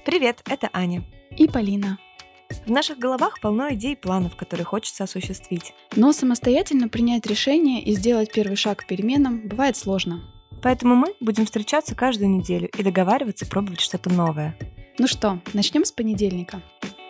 Привет, это Аня. И Полина. В наших головах полно идей и планов, которые хочется осуществить. Но самостоятельно принять решение и сделать первый шаг к переменам бывает сложно. Поэтому мы будем встречаться каждую неделю и договариваться пробовать что-то новое. Ну что, начнем с понедельника.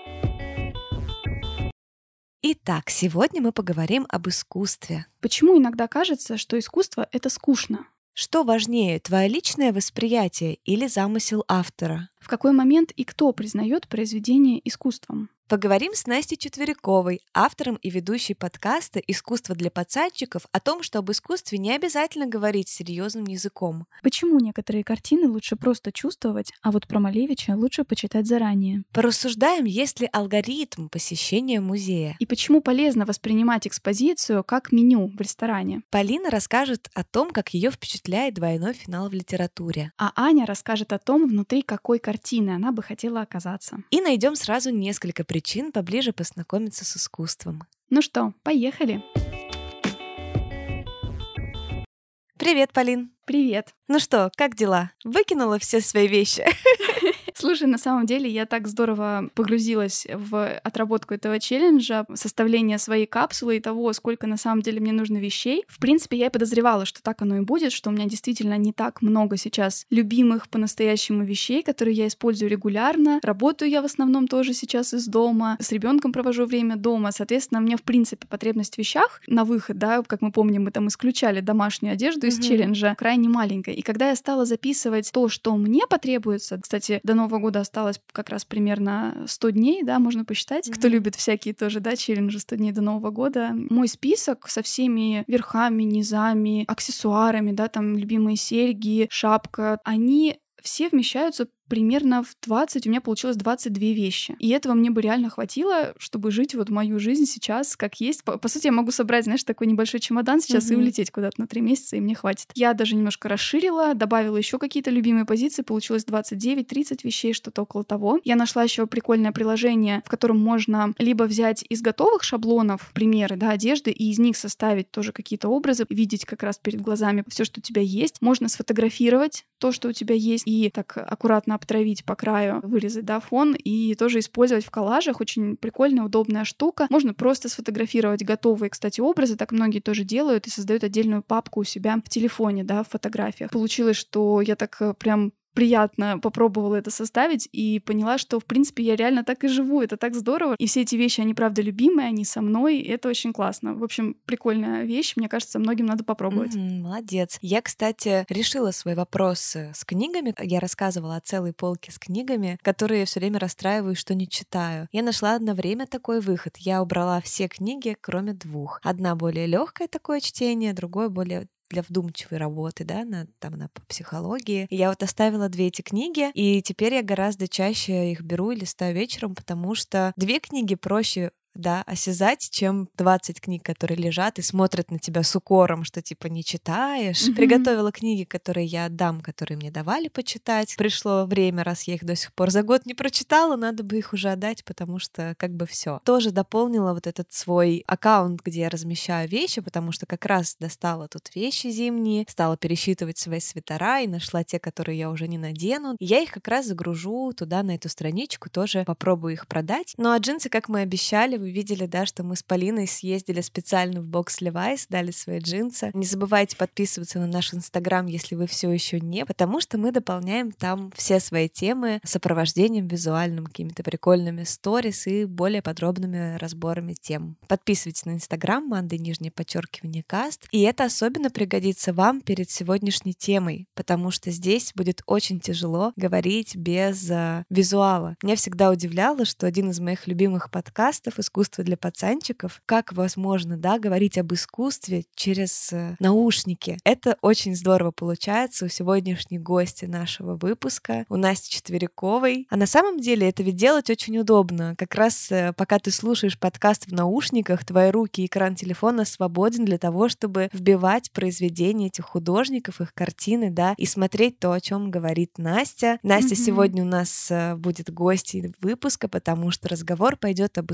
Итак, сегодня мы поговорим об искусстве. Почему иногда кажется, что искусство — это скучно? Что важнее, твое личное восприятие или замысел автора? В какой момент и кто признает произведение искусством? Поговорим с Настей Четверяковой, автором и ведущей подкаста «Искусство для пацанчиков», о том, что об искусстве не обязательно говорить серьезным языком. Почему некоторые картины лучше просто чувствовать, а вот про Малевича лучше почитать заранее? Порассуждаем, есть ли алгоритм посещения музея. И почему полезно воспринимать экспозицию как меню в ресторане? Полина расскажет о том, как ее впечатляет двойной финал в литературе. А Аня расскажет о том, внутри какой картины она бы хотела оказаться. И найдем сразу несколько причин поближе познакомиться с искусством. Ну что, поехали! Привет, Полин! Привет! Ну что, как дела? Выкинула все свои вещи? Слушай, на самом деле я так здорово погрузилась в отработку этого челленджа, составление своей капсулы и того, сколько на самом деле мне нужно вещей. В принципе, я и подозревала, что так оно и будет, что у меня действительно не так много сейчас любимых по-настоящему вещей, которые я использую регулярно. Работаю я в основном тоже сейчас из дома, с ребенком провожу время дома. Соответственно, мне в принципе потребность в вещах на выход, да, как мы помним, мы там исключали домашнюю одежду из челленджа, крайне маленькая. И когда я стала записывать то, что мне потребуется, кстати, до Нового года осталось как раз примерно 100 дней, да, можно посчитать. Кто любит всякие тоже, да, челленджи 100 дней до Нового года. Мой список со всеми верхами, низами, аксессуарами, да, там любимые серьги, шапка, они все вмещаются примерно в 20, у меня получилось 22 вещи. И этого мне бы реально хватило, чтобы жить вот мою жизнь сейчас как есть. По сути, я могу собрать, знаешь, такой небольшой чемодан сейчас и улететь куда-то на 3 месяца, и мне хватит. Я даже немножко расширила, добавила еще какие-то любимые позиции, получилось 29-30 вещей, что-то около того. Я нашла еще прикольное приложение, в котором можно либо взять из готовых шаблонов примеры, да, одежды, и из них составить тоже какие-то образы, видеть как раз перед глазами все, что у тебя есть. Можно сфотографировать то, что у тебя есть, и так аккуратно обтравить по краю, вырезать, да, фон, и тоже использовать в коллажах. Очень прикольная, удобная штука. Можно просто сфотографировать готовые, кстати, образы, так многие тоже делают, и создают отдельную папку у себя в телефоне, да, в фотографиях. Получилось, что я так прям приятно попробовала это составить и поняла, что, в принципе, я реально так и живу. Это так здорово. И все эти вещи, они, правда, любимые, они со мной, и это очень классно. В общем, прикольная вещь. Мне кажется, многим надо попробовать. Молодец. Я, кстати, решила свой вопрос с книгами. Я рассказывала о целой полке с книгами, которые все время расстраиваюсь, что не читаю. Я нашла одно время такой выход. Я убрала все книги, кроме 2. Одна более легкое такое чтение, другое более для вдумчивой работы, да, на по психологии. И я вот оставила 2 эти книги, и теперь я гораздо чаще их беру и листаю вечером, потому что 2 книги проще, да, осязать, чем 20 книг, которые лежат и смотрят на тебя с укором, что типа не читаешь. Приготовила книги, которые я отдам, которые мне давали почитать. Пришло время, раз я их до сих пор за год не прочитала, надо бы их уже отдать, потому что как бы все. Тоже дополнила вот этот свой аккаунт, где я размещаю вещи, потому что как раз достала тут вещи зимние, стала пересчитывать свои свитера и нашла те, которые я уже не надену. И я их как раз загружу туда, на эту страничку, тоже попробую их продать. Ну а джинсы, как мы обещали, вы видели, да, что мы с Полиной съездили специально в бокс Levi's, дали свои джинсы. Не забывайте подписываться на наш Инстаграм, если вы все еще не, потому что мы дополняем там все свои темы сопровождением визуальным, какими-то прикольными сторис и более подробными разборами тем. Подписывайтесь на Инстаграм _каст, и это особенно пригодится вам перед сегодняшней темой, потому что здесь будет очень тяжело говорить без визуала. Меня всегда удивляло, что один из моих любимых подкастов «Искусство для пацанчиков», как возможно, да, говорить об искусстве через наушники. Это очень здорово получается у сегодняшней гости нашего выпуска, у Насти Четверяковой. А на самом деле это ведь делать очень удобно. Как раз пока ты слушаешь подкаст в наушниках, твои руки и экран телефона свободен для того, чтобы вбивать произведения этих художников, их картины, да, и смотреть то, о чем говорит Настя. Настя сегодня у нас будет гостьей выпуска, потому что разговор пойдет об искусстве,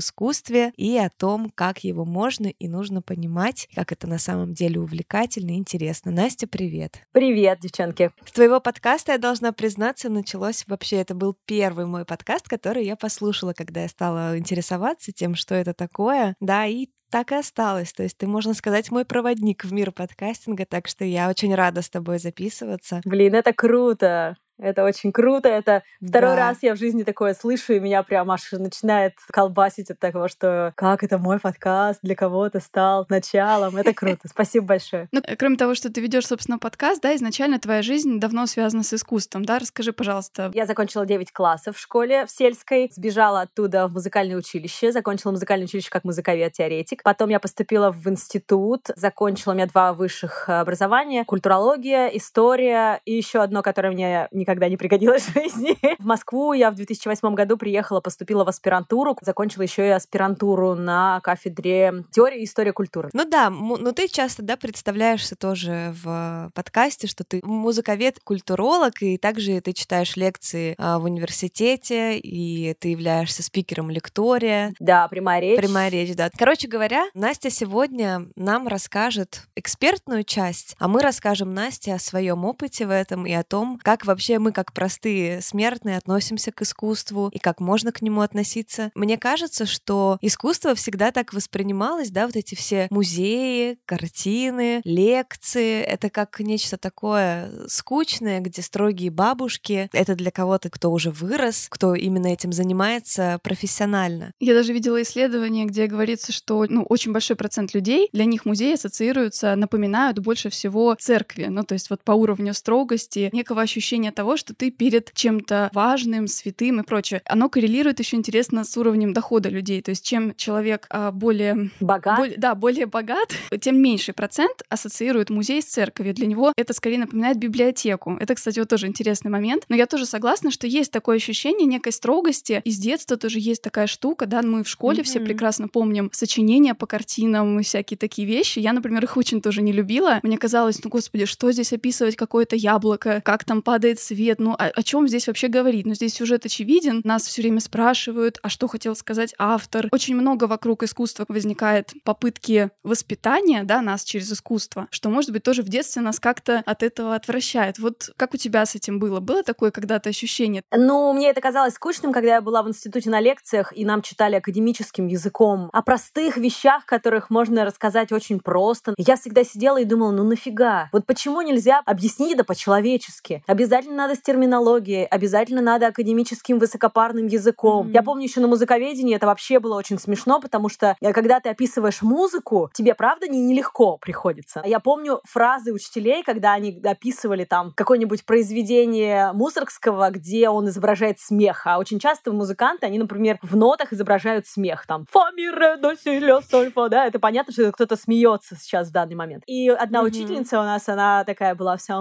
искусстве и о том, как его можно и нужно понимать, как это на самом деле увлекательно и интересно. Настя, привет! Привет, девчонки! С твоего подкаста, я должна признаться, началось вообще, это был первый мой подкаст, который я послушала, когда я стала интересоваться тем, что это такое, да, и так и осталось. То есть ты, можно сказать, мой проводник в мир подкастинга, так что я очень рада с тобой записываться. Блин, это круто! Это очень круто. Это второй раз я в жизни такое слышу, и меня прям аж начинает колбасить от того, что как это мой подкаст для кого-то стал началом. Это круто. Спасибо большое. Ну, кроме того, что ты ведешь, собственно, подкаст, да, изначально твоя жизнь давно связана с искусством, да? Расскажи, пожалуйста. Я закончила 9 классов в школе в сельской, сбежала оттуда в музыкальное училище, закончила музыкальное училище как музыковед-теоретик. Потом я поступила в институт, закончила, у меня 2 высших образования: культурология, история и еще одно, которое мне никогда не пригодилось в жизни. В Москву я в 2008 году приехала, поступила в аспирантуру, закончила еще и аспирантуру на кафедре теории и истории культуры. Ну да, но ты часто, да, представляешься тоже в подкасте, что ты музыковед, культуролог, и также ты читаешь лекции в университете, и ты являешься спикером лектория. Да, прямая речь. Прямая речь, да. Короче говоря, Настя сегодня нам расскажет экспертную часть, а мы расскажем Насте о своем опыте в этом и о том, как вообще мы, как простые смертные, относимся к искусству и как можно к нему относиться. Мне кажется, что искусство всегда так воспринималось, да, вот эти все музеи, картины, лекции, это как нечто такое скучное, где строгие бабушки. Это для кого-то, кто уже вырос, кто именно этим занимается профессионально. Я даже видела исследование, где говорится, что очень большой процент людей, для них музеи ассоциируются, напоминают больше всего церкви. Ну, то есть вот по уровню строгости, некого ощущения того, что ты перед чем-то важным, святым и прочее. Оно коррелирует еще интересно с уровнем дохода людей. То есть чем человек более богат, более богат, тем меньший процент ассоциирует музей с церковью. Для него это скорее напоминает библиотеку. Это, кстати, вот тоже интересный момент. Но я тоже согласна, что есть такое ощущение некой строгости. И с детства тоже есть такая штука, да, мы в школе все прекрасно помним сочинения по картинам и всякие такие вещи. Я, например, их очень тоже не любила. Мне казалось, господи, что здесь описывать какое-то яблоко, как там падает свет, о чем здесь вообще говорить? Здесь сюжет очевиден, нас все время спрашивают, а что хотел сказать автор? Очень много вокруг искусства возникает попытки воспитания, да, нас через искусство, что, может быть, тоже в детстве нас как-то от этого отвращает. Вот как у тебя с этим было? Было такое когда-то ощущение? Мне это казалось скучным, когда я была в институте на лекциях, и нам читали академическим языком о простых вещах, которых можно рассказать очень просто. Я всегда сидела и думала, нафига? Вот почему нельзя объяснить это по-человечески? Обязательно надо с терминологией, обязательно надо академическим высокопарным языком. Я помню, еще на музыковедении это вообще было очень смешно, потому что когда ты описываешь музыку, тебе, правда, нелегко приходится. Я помню фразы учителей, когда они описывали там какое-нибудь произведение Мусоргского, где он изображает смех. А очень часто музыканты, они, например, в нотах изображают смех. Там «фа, ми, ре, до, си, ля, соль, фа», да, это понятно, что кто-то смеется сейчас в данный момент. И одна учительница у нас, она такая была вся...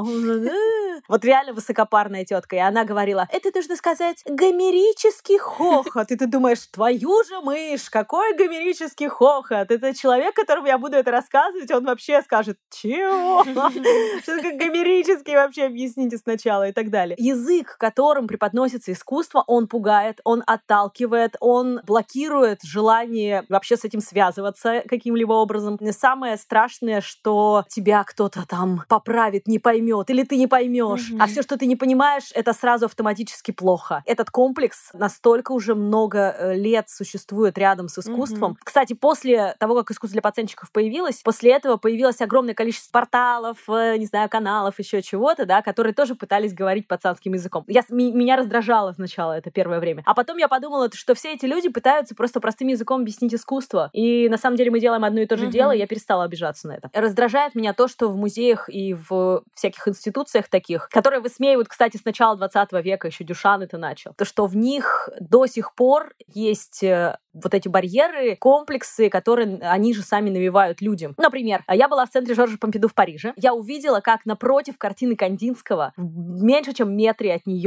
Вот реально высокопарная тетка, и она говорила, это нужно сказать гомерический хохот. И ты думаешь, твою же мышь, какой гомерический хохот? Это человек, которому я буду это рассказывать, он вообще скажет, чего? Что такое гомерический вообще, объясните сначала и так далее. Язык, которым преподносится искусство, он пугает, он отталкивает, он блокирует желание вообще с этим связываться каким-либо образом. Самое страшное, что тебя кто-то там поправит, не поймет, или ты не поймешь. А все, что ты не понимаешь, это сразу автоматически плохо. Этот комплекс настолько уже много лет существует рядом с искусством. Кстати, после того, как искусство для пацанчиков появилось, после этого появилось огромное количество порталов, не знаю, каналов, еще чего-то, да, которые тоже пытались говорить пацанским языком. Меня раздражало сначала это первое время. А потом я подумала, что все эти люди пытаются просто простым языком объяснить искусство. И на самом деле мы делаем одно и то же дело, и я перестала обижаться на это. Раздражает меня то, что в музеях и в всяких институциях таких, которые высмеивают, кстати, с начала 20 века, еще Дюшан это начал, то, что в них до сих пор есть вот эти барьеры, комплексы, которые они же сами навевают людям. Например, я была в центре Жоржа Помпиду в Париже. Я увидела, как напротив картины Кандинского, меньше чем в метре от нее,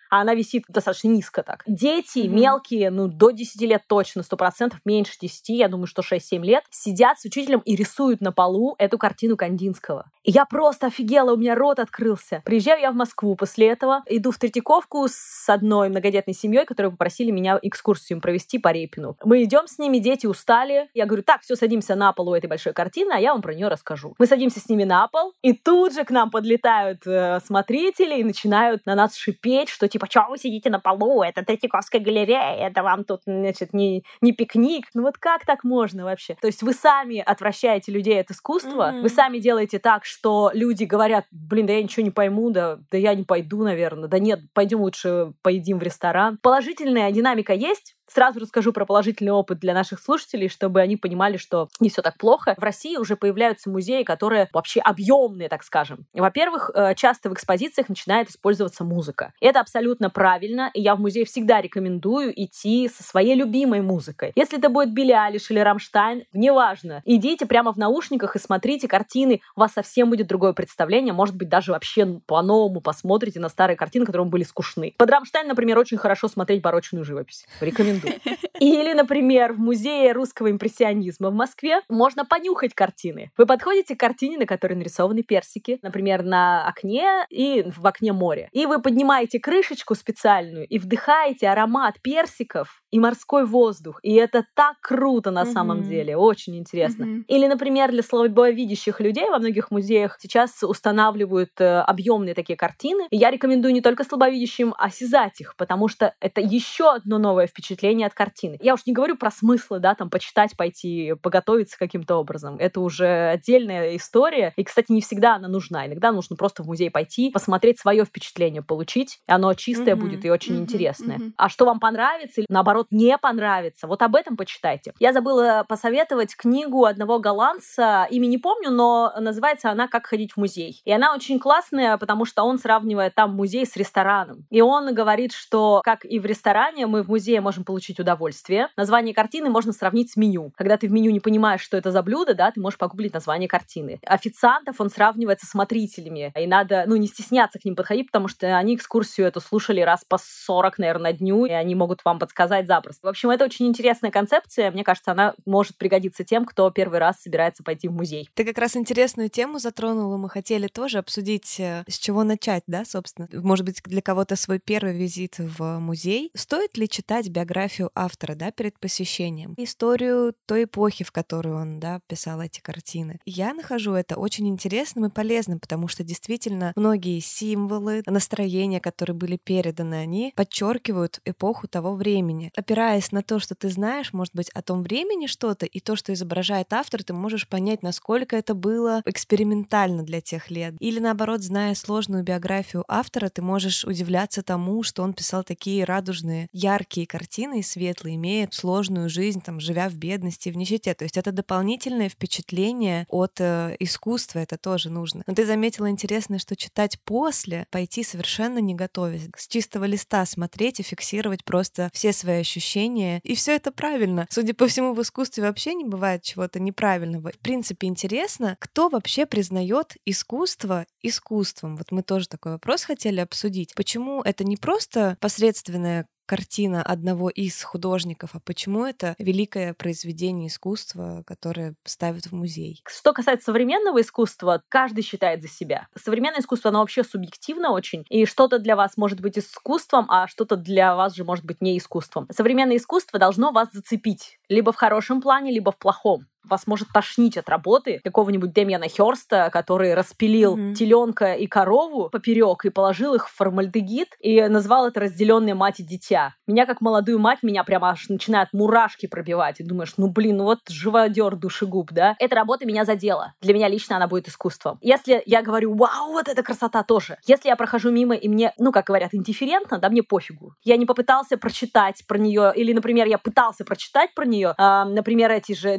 а она висит достаточно низко так. Дети мелкие, до 10 лет точно, 100%, меньше 10, я думаю, что 6-7 лет, сидят с учителем и рисуют на полу эту картину Кандинского. И я просто офигела, у меня рот открылся. Приезжаю я в Москву после этого, иду в Третьяковку с одной многодетной семьей, которые попросили меня экскурсию им провести по Репину. Мы идем с ними, дети устали. Я говорю, так, все, садимся на пол у этой большой картины, а я вам про нее расскажу. Мы садимся с ними на пол, и тут же к нам подлетают смотрители и начинают на нас шипеть, что типа, что вы сидите на полу, это Третьяковская галерея, это вам тут, значит, не пикник. Ну вот как так можно вообще? То есть вы сами отвращаете людей от искусства, вы сами делаете так, что люди говорят, блин, да я ничего не пойму, да я не пойду, наверное, да нет, пойдем лучше поедим в ресторан. Положительная динамика есть. Сразу расскажу про положительный опыт для наших слушателей, чтобы они понимали, что не все так плохо. В России уже появляются музеи, которые вообще объемные, так скажем. Во-первых, часто в экспозициях начинает использоваться музыка. Это абсолютно правильно, и я в музей всегда рекомендую идти со своей любимой музыкой. Если это будет Билли Айлиш или Рамштайн, неважно. Идите прямо в наушниках и смотрите картины, у вас совсем будет другое представление, может быть, даже вообще по-новому посмотрите на старые картины, которые вам были скучны. Под Рамштайн, например, очень хорошо смотреть барочную живопись. Рекомендую. Или, например, в музее русского импрессионизма в Москве можно понюхать картины. Вы подходите к картине, на которой нарисованы персики, например, на окне и в окне море. И вы поднимаете крышечку специальную и вдыхаете аромат персиков и морской воздух. И это так круто на самом деле. Очень интересно. Или, например, для слабовидящих людей во многих музеях сейчас устанавливают объемные такие картины. И я рекомендую не только слабовидящим осязать их, потому что это еще одно новое впечатление от картины. Я уж не говорю про смыслы, да, там, почитать, пойти, поготовиться каким-то образом. Это уже отдельная история. И, кстати, не всегда она нужна. Иногда нужно просто в музей пойти, посмотреть свое впечатление, получить. Оно чистое будет и очень интересное. А что вам понравится или, наоборот, не понравится, вот об этом почитайте. Я забыла посоветовать книгу одного голландца, имя не помню, но называется она «Как ходить в музей». И она очень классная, потому что он сравнивает там музей с рестораном. И он говорит, что, как и в ресторане, мы в музее можем получить удовольствие. Название картины можно сравнить с меню. Когда ты в меню не понимаешь, что это за блюдо, да, ты можешь погуглить название картины. Официантов он сравнивает со смотрителями. И надо, не стесняться к ним подходить, потому что они экскурсию эту слушали раз по 40, наверное, на дню, и они могут вам подсказать запросто. В общем, это очень интересная концепция. Мне кажется, она может пригодиться тем, кто первый раз собирается пойти в музей. Ты как раз интересную тему затронула. Мы хотели тоже обсудить, с чего начать, да, собственно. Может быть, для кого-то свой первый визит в музей. Стоит ли читать биографию автора, да, перед посещением? Историю той эпохи, в которую он, да, писал эти картины. Я нахожу это очень интересным и полезным, потому что действительно многие символы, настроения, которые были переданы, они подчеркивают эпоху того времени. Опираясь на то, что ты знаешь, может быть, о том времени что-то, и то, что изображает автор, ты можешь понять, насколько это было экспериментально для тех лет. Или наоборот, зная сложную биографию автора, ты можешь удивляться тому, что он писал такие радужные, яркие картины и светлые, имея сложную жизнь, там, живя в бедности, в нищете. То есть это дополнительное впечатление от искусства, это тоже нужно. Но ты заметила интересное, что читать после, пойти совершенно не готовясь, с чистого листа смотреть и фиксировать просто все свои ощущения. И все это правильно. Судя по всему, в искусстве вообще не бывает чего-то неправильного. В принципе, интересно, кто вообще признает искусство искусством. Вот мы тоже такой вопрос хотели обсудить. Почему это не просто посредственная картина одного из художников, а почему это великое произведение искусства, которое ставят в музей? Что касается современного искусства, каждый считает за себя. Современное искусство, оно вообще субъективно очень, и что-то для вас может быть искусством, а что-то для вас же может быть не искусством. Современное искусство должно вас зацепить, либо в хорошем плане, либо в плохом. Вас может тошнить от работы какого-нибудь Демьяна Хёрста, который распилил теленка и корову поперек и положил их в формальдегид и назвал это разделенная мать и дитя. Меня, как молодую мать, меня прямо аж начинают мурашки пробивать. И думаешь, вот живодер, душегуб, да? Эта работа меня задела. Для меня лично она будет искусством. Если я говорю, вау, вот эта красота тоже. Если я прохожу мимо и мне, как говорят, индифферентно, да, мне пофигу. Я не попытался прочитать про нее, или, например, я пытался прочитать про нее, например, эти же Демьян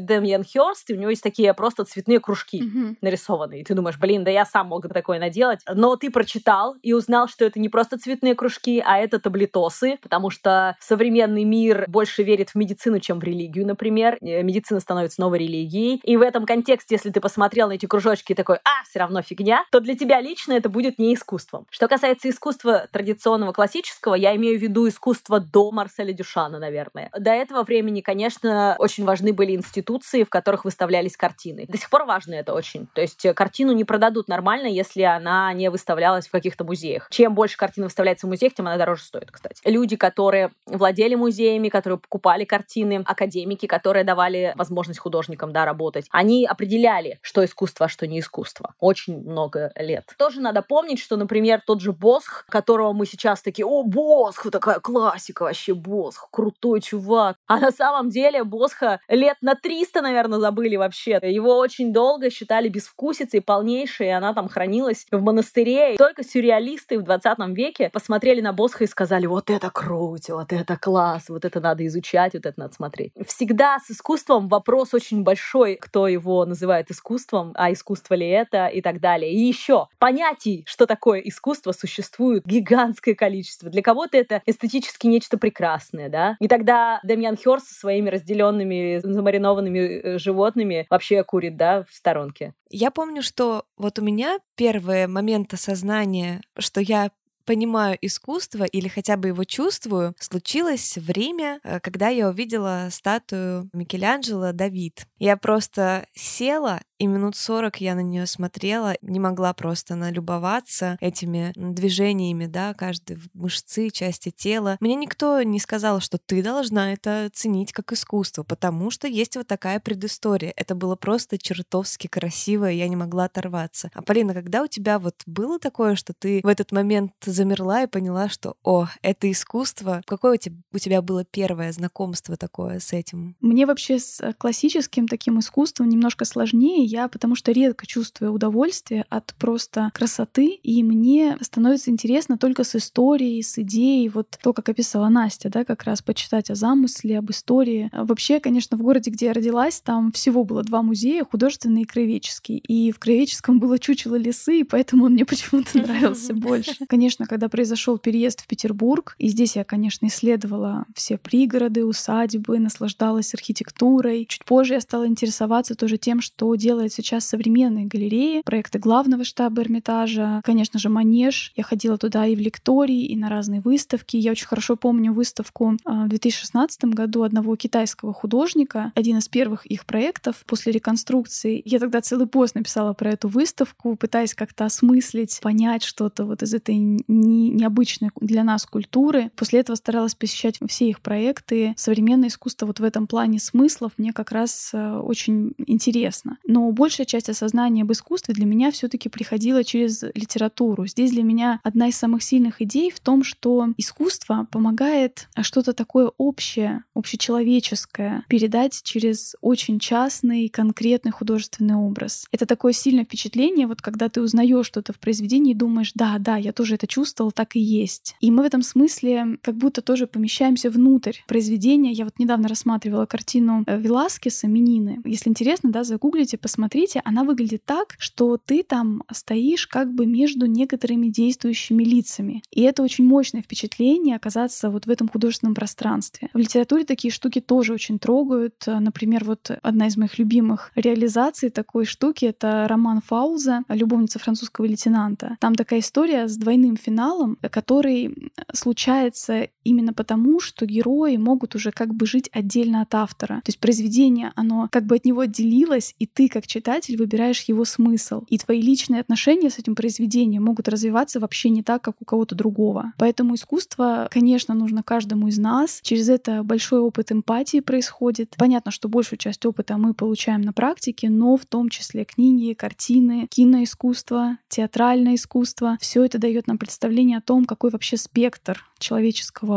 Хёрст, и у него есть такие просто цветные кружки нарисованные. И ты думаешь, блин, да я сам мог бы такое наделать. Но ты прочитал и узнал, что это не просто цветные кружки, а это таблетосы, потому что современный мир больше верит в медицину, чем в религию, например. Медицина становится новой религией. И в этом контексте, если ты посмотрел на эти кружочки и такой, все равно фигня, то для тебя лично это будет не искусством. Что касается искусства традиционного классического, я имею в виду искусство до Марселя Дюшана, наверное. До этого времени, конечно, очень важны были институции, в которых выставлялись картины. До сих пор важно это очень. То есть картину не продадут нормально, если она не выставлялась в каких-то музеях. Чем больше картина выставляется в музеях, тем она дороже стоит, кстати. Люди, которые владели музеями, которые покупали картины, академики, которые давали возможность художникам, работать, они определяли, что искусство, а что не искусство. Очень много лет. Тоже надо помнить, что, например, тот же Босх, которого мы сейчас такие, Босх, такая классика вообще, Босх, крутой чувак. А на самом деле Босха лет на 300, наверное, забыли вообще. Его очень долго считали безвкусицей полнейшей, и она там хранилась в монастыре. И только сюрреалисты в 20 веке посмотрели на Босха и сказали, вот это круть, вот это класс, вот это надо изучать, вот это надо смотреть. Всегда с искусством вопрос очень большой, кто его называет искусством, а искусство ли это и так далее. И еще понятий, что такое искусство, существует гигантское количество. Для кого-то это эстетически нечто прекрасное, да? И тогда Демьян Хёрст со своими разделенными, замаринованными животными вообще курит, в сторонке. Я помню, что вот у меня первые моменты осознания, что я понимаю искусство или хотя бы его чувствую, случилось время, когда я увидела статую Микеланджело «Давид». Я просто села, и минут 40 я на нее смотрела, не могла просто налюбоваться этими движениями, каждой мышцы, части тела. Мне никто не сказал, что ты должна это ценить как искусство, потому что есть вот такая предыстория. Это было просто чертовски красиво, и я не могла оторваться. А, Полина, когда у тебя вот было такое, что ты в этот момент замерла и поняла, что, это искусство? Какое у тебя было первое знакомство такое с этим? Мне вообще с классическим таким искусством немножко сложнее. Я потому что редко чувствую удовольствие от просто красоты, и мне становится интересно только с историей, с идеей, вот то, как описала Настя, как раз почитать о замысле, об истории. Вообще, конечно, в городе, где я родилась, там всего было 2 музея, художественный и краеведческий. И в краеведческом было чучело лисы, и поэтому он мне почему-то нравился больше. Конечно, когда произошел переезд в Петербург, и здесь я, конечно, исследовала все пригороды, усадьбы, наслаждалась архитектурой. Чуть позже я стала интересоваться тоже тем, что делает сейчас современные галереи, проекты главного штаба Эрмитажа, конечно же, Манеж. Я ходила туда и в лектории, и на разные выставки. Я очень хорошо помню выставку в 2016 году одного китайского художника, один из первых их проектов после реконструкции. Я тогда целый пост написала про эту выставку, пытаясь как-то осмыслить, понять что-то вот из этой необычной для нас культуры. После этого старалась посещать все их проекты. Современное искусство вот в этом плане смыслов мне как раз очень интересно. Но большая часть осознания об искусстве для меня все-таки приходила через литературу. Здесь для меня одна из самых сильных идей в том, что искусство помогает что-то такое общее, общечеловеческое передать через очень частный, конкретный художественный образ. Это такое сильное впечатление, вот когда ты узнаешь что-то в произведении и думаешь, да, я тоже это чувствовал, так и есть. И мы в этом смысле как будто тоже помещаемся внутрь произведения. Я вот недавно рассматривала картину Веласкеса «Менины». Если интересно, загуглите, посмотрите, она выглядит так, что ты там стоишь как бы между некоторыми действующими лицами. И это очень мощное впечатление оказаться вот в этом художественном пространстве. В литературе такие штуки тоже очень трогают. Например, вот одна из моих любимых реализаций такой штуки — это роман Фауза «Любовница французского лейтенанта». Там такая история с двойным финалом, который случается именно потому, что герои могут уже как бы жить отдельно от автора. То есть произведение, оно как бы от него отделилось, и ты как читатель выбираешь его смысл. И твои личные отношения с этим произведением могут развиваться вообще не так, как у кого-то другого. Поэтому искусство, конечно, нужно каждому из нас. Через это большой опыт эмпатии происходит. Понятно, что большую часть опыта мы получаем на практике, но в том числе книги, картины, киноискусство, театральное искусство. Все это дает нам представление о том, какой вообще спектр человеческого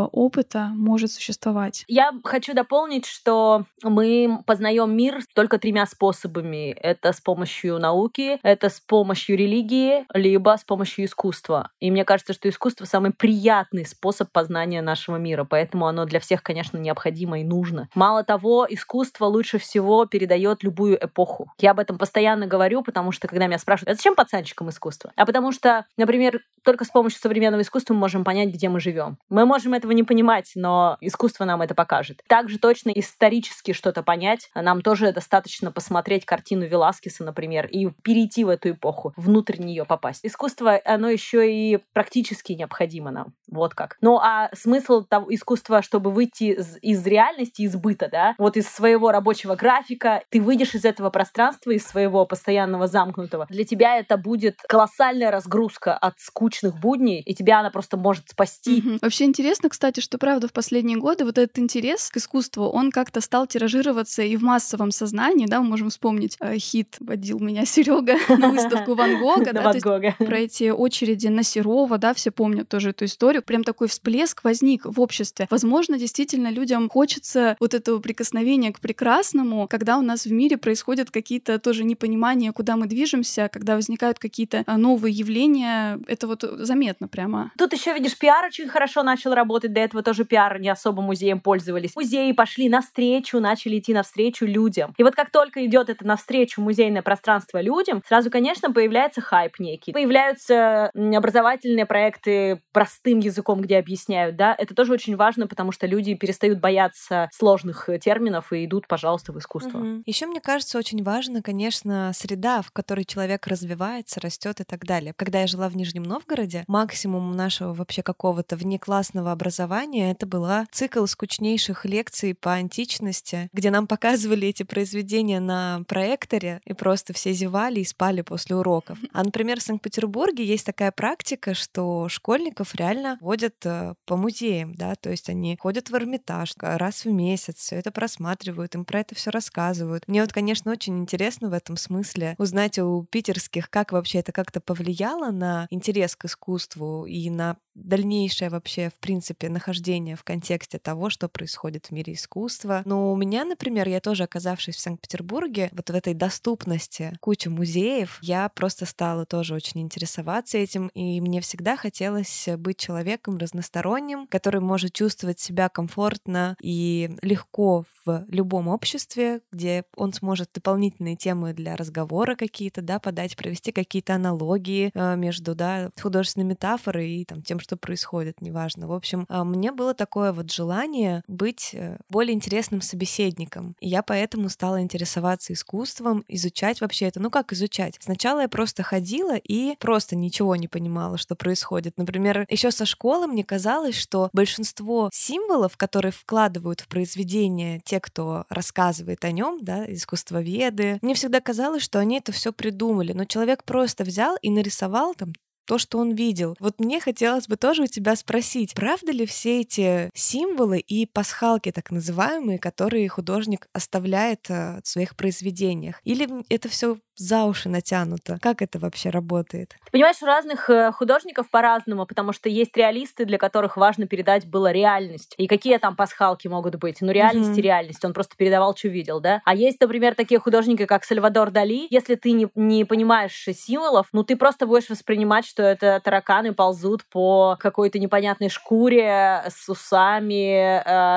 этого опыта может существовать. Я хочу дополнить, что мы познаем мир только 3 способами. Это с помощью науки, это с помощью религии, либо с помощью искусства. И мне кажется, что искусство самый приятный способ познания нашего мира, поэтому оно для всех, конечно, необходимо и нужно. Мало того, искусство лучше всего передает любую эпоху. Я об этом постоянно говорю, потому что, когда меня спрашивают, а зачем пацанчикам искусство? А потому что, например, только с помощью современного искусства мы можем понять, где мы живем. Мы можем этого не понимать, но искусство нам это покажет. Также точно исторически что-то понять. Нам тоже достаточно посмотреть картину Веласкеса, например, и перейти в эту эпоху, внутрь нее попасть. Искусство, оно еще и практически необходимо нам. Вот как. Ну, а смысл того искусства, чтобы выйти из реальности, из быта, да, вот из своего рабочего графика, ты выйдешь из этого пространства, из своего постоянного замкнутого. Для тебя это будет колоссальная разгрузка от скучных будней, и тебя она просто может спасти. Вообще интересно, кстати, что, правда, в последние годы вот этот интерес к искусству, он как-то стал тиражироваться и в массовом сознании, да, мы можем вспомнить хит «Водил меня Серега» на выставку Ван Гога, да, про эти очереди на Серова, да, все помнят тоже эту историю. Прям такой всплеск возник в обществе. Возможно, действительно людям хочется вот этого прикосновения к прекрасному, когда у нас в мире происходят какие-то тоже непонимания, куда мы движемся, когда возникают какие-то новые явления. Это вот заметно прямо. Тут еще, видишь, пиар очень хорошо начал работать. До этого тоже пиар не особо музеем пользовались. Музеи пошли навстречу, начали идти навстречу людям. И вот как только идет это навстречу музейное пространство людям, сразу, конечно, появляется хайп некий. Появляются образовательные проекты простым языком, где объясняют, да. Это тоже очень важно, потому что люди перестают бояться сложных терминов и идут, пожалуйста, в искусство. Еще мне кажется, очень важно, конечно, среда, в которой человек развивается, растет и так далее. Когда я жила в Нижнем Новгороде, максимум нашего вообще какого-то внеклассного образования это была цикл скучнейших лекций по античности, где нам показывали эти произведения на проекторе, и просто все зевали и спали после уроков. А, например, в Санкт-Петербурге есть такая практика, что школьников реально водят по музеям, да, то есть они ходят в Эрмитаж раз в месяц, все это просматривают, им про это все рассказывают. Мне вот, конечно, очень интересно в этом смысле узнать у питерских, как вообще это как-то повлияло на интерес к искусству и на дальнейшее вообще, в принципе, нахождение в контексте того, что происходит в мире искусства. Но у меня, например, я тоже, оказавшись в Санкт-Петербурге, вот в этой доступности кучи музеев, я просто стала тоже очень интересоваться этим, и мне всегда хотелось быть человеком разносторонним, который может чувствовать себя комфортно и легко в любом обществе, где он сможет дополнительные темы для разговора какие-то, да, подать, провести какие-то аналогии между, да, художественной метафорой и там тем, что происходит, неважно. В общем, мне было такое вот желание быть более интересным собеседником. И я поэтому стала интересоваться искусством, изучать вообще это. Ну как изучать? Сначала я просто ходила и просто ничего не понимала, что происходит. Например, еще со школы мне казалось, что большинство символов, которые вкладывают в произведение те, кто рассказывает о нем, да, искусствоведы, мне всегда казалось, что они это все придумали. Но человек просто взял и нарисовал там то, что он видел. Вот мне хотелось бы тоже у тебя спросить, правда ли все эти символы и пасхалки, так называемые, которые художник оставляет в своих произведениях? Или это все за уши натянуто? Как это вообще работает? Ты понимаешь, у разных художников по-разному, потому что есть реалисты, для которых важно передать было реальность. И какие там пасхалки могут быть? Ну, реальность и реальность. Он просто передавал, что видел, да? А есть, например, такие художники, как Сальвадор Дали. Если ты не понимаешь символов, ну, ты просто будешь воспринимать, что это тараканы ползут по какой-то непонятной шкуре с усами,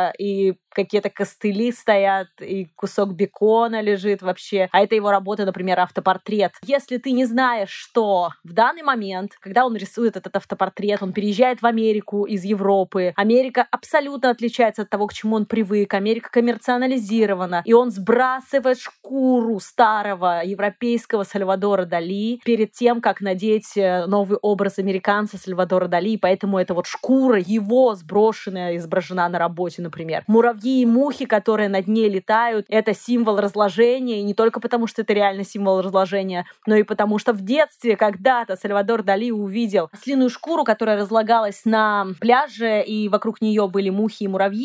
и какие-то костыли стоят, и кусок бекона лежит вообще. А это его работа, например, автопортрет. Если ты не знаешь, что в данный момент, когда он рисует этот автопортрет, он переезжает в Америку из Европы. Америка абсолютно отличается от того, к чему он привык. Америка коммерциализирована. И он сбрасывает шкуру старого европейского Сальвадора Дали перед тем, как надеть новый образ американца Сальвадора Дали. И поэтому эта вот шкура его сброшенная, изображена на работе, например. Муравьи и мухи, которые над ней летают, это символ разложения. И не только потому, что это реально символ разложения, но и потому, что в детстве когда-то Сальвадор Дали увидел ослиную шкуру, которая разлагалась на пляже, и вокруг нее были мухи и муравьи. С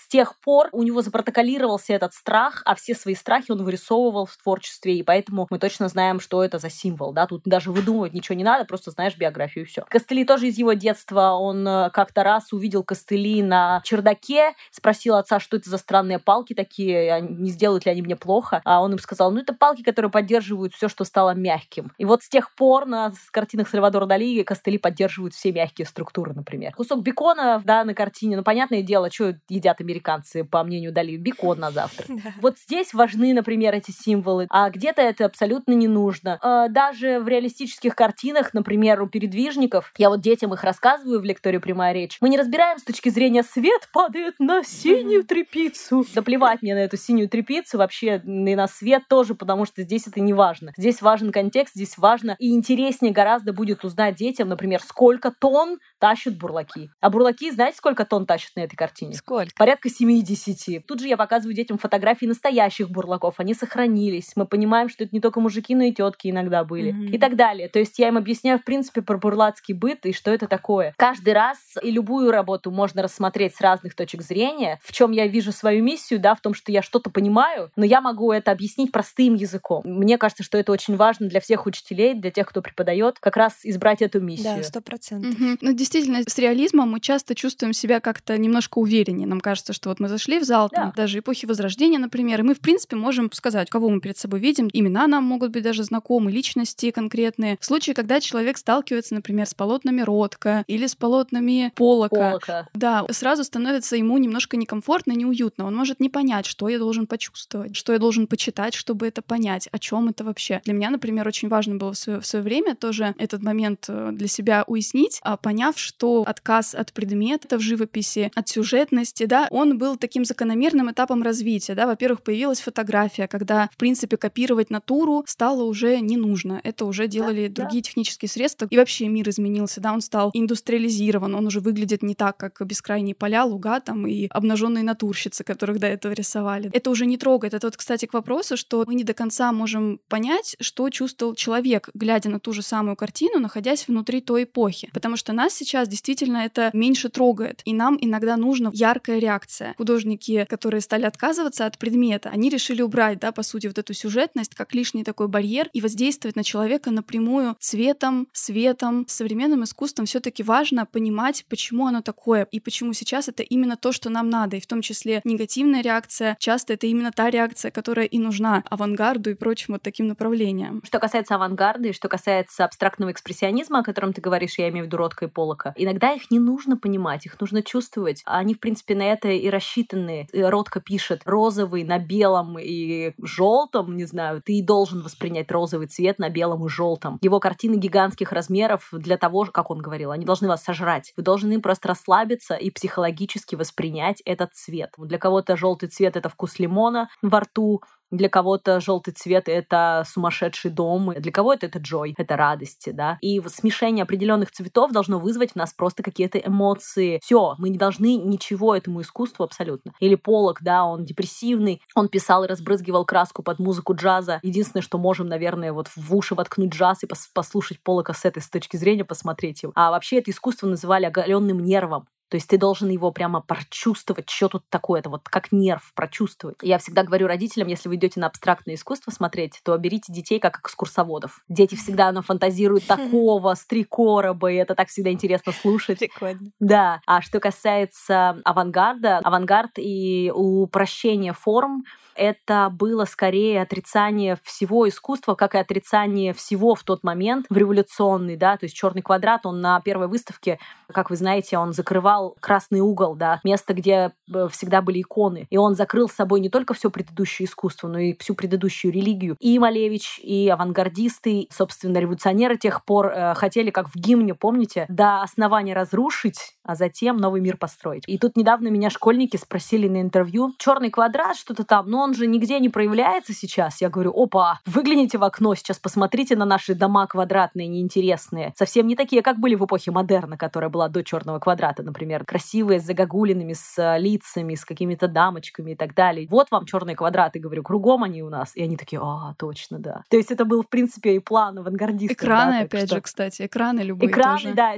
с тех пор у него запротоколировался этот страх, а все свои страхи он вырисовывал в творчестве, и поэтому мы точно знаем, что это за символ, да, тут даже выдумывать ничего не надо, просто знаешь биографию и все. Костыли тоже из его детства, он как-то раз увидел костыли на чердаке, спросил отца, что это за странные палки такие, не сделают ли они мне плохо, а он им сказал, это палки, которые поддерживают все, что стало мягким. И вот с тех пор на картинах Сальвадора Дали костыли поддерживают все мягкие структуры, например. Кусок бекона, да, на картине, понятное дело, что едят американцы, по мнению Дали, бекон на завтрак. Вот здесь важны, например, эти символы, а где-то это абсолютно не нужно. Даже в реалистических картинах, например, у передвижников, я вот детям их рассказываю в лектории «Прямая речь», мы не разбираем с точки зрения свет падает на синюю тряпицу. Да плевать мне на эту синюю тряпицу, вообще и на свет тоже, потому что здесь это не важно. Здесь важен контекст, здесь важно и интереснее гораздо будет узнать детям, например, сколько тонн тащат бурлаки. А бурлаки, знаете, сколько тонн тащат на этой картине? Сколько? Порядка 70. Тут же я показываю детям фотографии настоящих бурлаков. Они сохранились. Мы понимаем, что это не только мужики, но и тетки иногда были. И так далее. То есть я им объясняю, в принципе, про бурлацкий быт и что это такое. Каждый раз и любую работу можно рассмотреть с разных точек зрения. В чем я вижу свою миссию, да, в том, что я что-то понимаю, но я могу это объяснить простым языком. Мне кажется, что это очень важно для всех учителей, для тех, кто преподает, как раз избрать эту миссию. Да, 100%. Ну, действительно, с реализмом мы часто чувствуем себя как-то немножко увереннее. Нам кажется, что вот мы зашли в зал, там, даже эпохи Возрождения, например, и мы, в принципе, можем сказать, кого мы перед собой видим. Имена нам могут быть даже знакомы, личности конкретные. В случае, когда человек сталкивается, например, с полотнами Ротко или с полотнами Поллока, да, сразу становится ему немножко некомфортно, неуютно. Он может не понять, что я должен почувствовать, что я должен почитать, чтобы это понять, о чем это вообще. Для меня, например, очень важно было в свое время тоже этот момент для себя уяснить, поняв, что отказ от предмета в живописи, от сюжетности, да, он был таким закономерным этапом развития, да. Во-первых, появилась фотография, когда, в принципе, копировать натуру стало уже не нужно. Это уже делали другие технические средства, и вообще мир изменился, да, он стал индустриализирован, он уже выглядит не так, как бескрайние поля, луга там и обнаженные натурщицы, которых до этого рисовали. Это уже не трогает. Это вот, кстати, к вопросу, что мы не до конца можем понять, что чувствовал человек, глядя на ту же самую картину, находясь внутри той эпохи. Потому что нас сейчас действительно это меньше трогает, и нам иногда нужна яркая реакция. Художники, которые стали отказываться от предмета, они решили убрать, да, по сути, вот эту сюжетность как лишний такой барьер и воздействовать на человека напрямую цветом, светом. С современным искусством все-таки важно понимать, почему оно такое, и почему сейчас это именно то, что нам надо, и в том числе негативная реакция, часто это именно та реакция, которая и нужна авангарду и прочим вот таким направлениям. Что касается авангарда и что касается абстрактного экспрессионизма, о котором ты говоришь, я имею в виду Ротко и Поллока, иногда их не нужно понимать, их нужно чувствовать. Они, в принципе, на это и рассчитаны. Ротко пишет розовый на белом и желтом, не знаю, ты должен воспринять розовый цвет на белом и желтом. Его картины гигантских размеров для того, как он говорил, они должны вас сожрать. Вы должны просто расслабиться и психологически воспринять этот цвет. Для кого-то желтый цвет — это вкус лимона во рту, для кого-то желтый цвет — это сумасшедший дом, для кого-то это джой, это радости, да. И смешение определенных цветов должно вызвать в нас просто какие-то эмоции. Все, мы не должны ничего этому искусству абсолютно. Или Поллок, да, он депрессивный, он писал и разбрызгивал краску под музыку джаза. Единственное, что можем, наверное, вот в уши воткнуть джаз и послушать Поллока с этой точки зрения, посмотреть его. А вообще это искусство называли оголенным нервом. То есть ты должен его прямо прочувствовать, что тут такое-то, вот как нерв прочувствовать. Я всегда говорю родителям, если вы идете на абстрактное искусство смотреть, то берите детей как экскурсоводов. Дети всегда фантазируют такого, с 3 короба, и это так всегда интересно слушать. Прикольно. Да. А что касается авангарда, авангард и упрощение форм, это было скорее отрицание всего искусства, как и отрицание всего в тот момент в революционный, да, то есть «Черный квадрат», он на первой выставке, как вы знаете, он закрывал красный угол, да, место, где всегда были иконы, и он закрыл с собой не только все предыдущее искусство, но и всю предыдущую религию. И Малевич, и авангардисты, собственно, революционеры тех пор хотели, как в гимне, помните, до основания разрушить, а затем новый мир построить. И тут недавно меня школьники спросили на интервью: «Черный квадрат, что-то там, но он же нигде не проявляется сейчас». Я говорю: опа, выгляните в окно сейчас, посмотрите на наши дома квадратные, неинтересные. Совсем не такие, как были в эпохе модерна, которая была до черного квадрата, например. Красивые, с загогулинами, с лицами, с какими-то дамочками и так далее. Вот вам черные квадраты, говорю, кругом они у нас. И они такие: точно, да. То есть это был, в принципе, и план авангардистов. Экраны, да, опять же, кстати, экраны любые экраны, тоже. да, это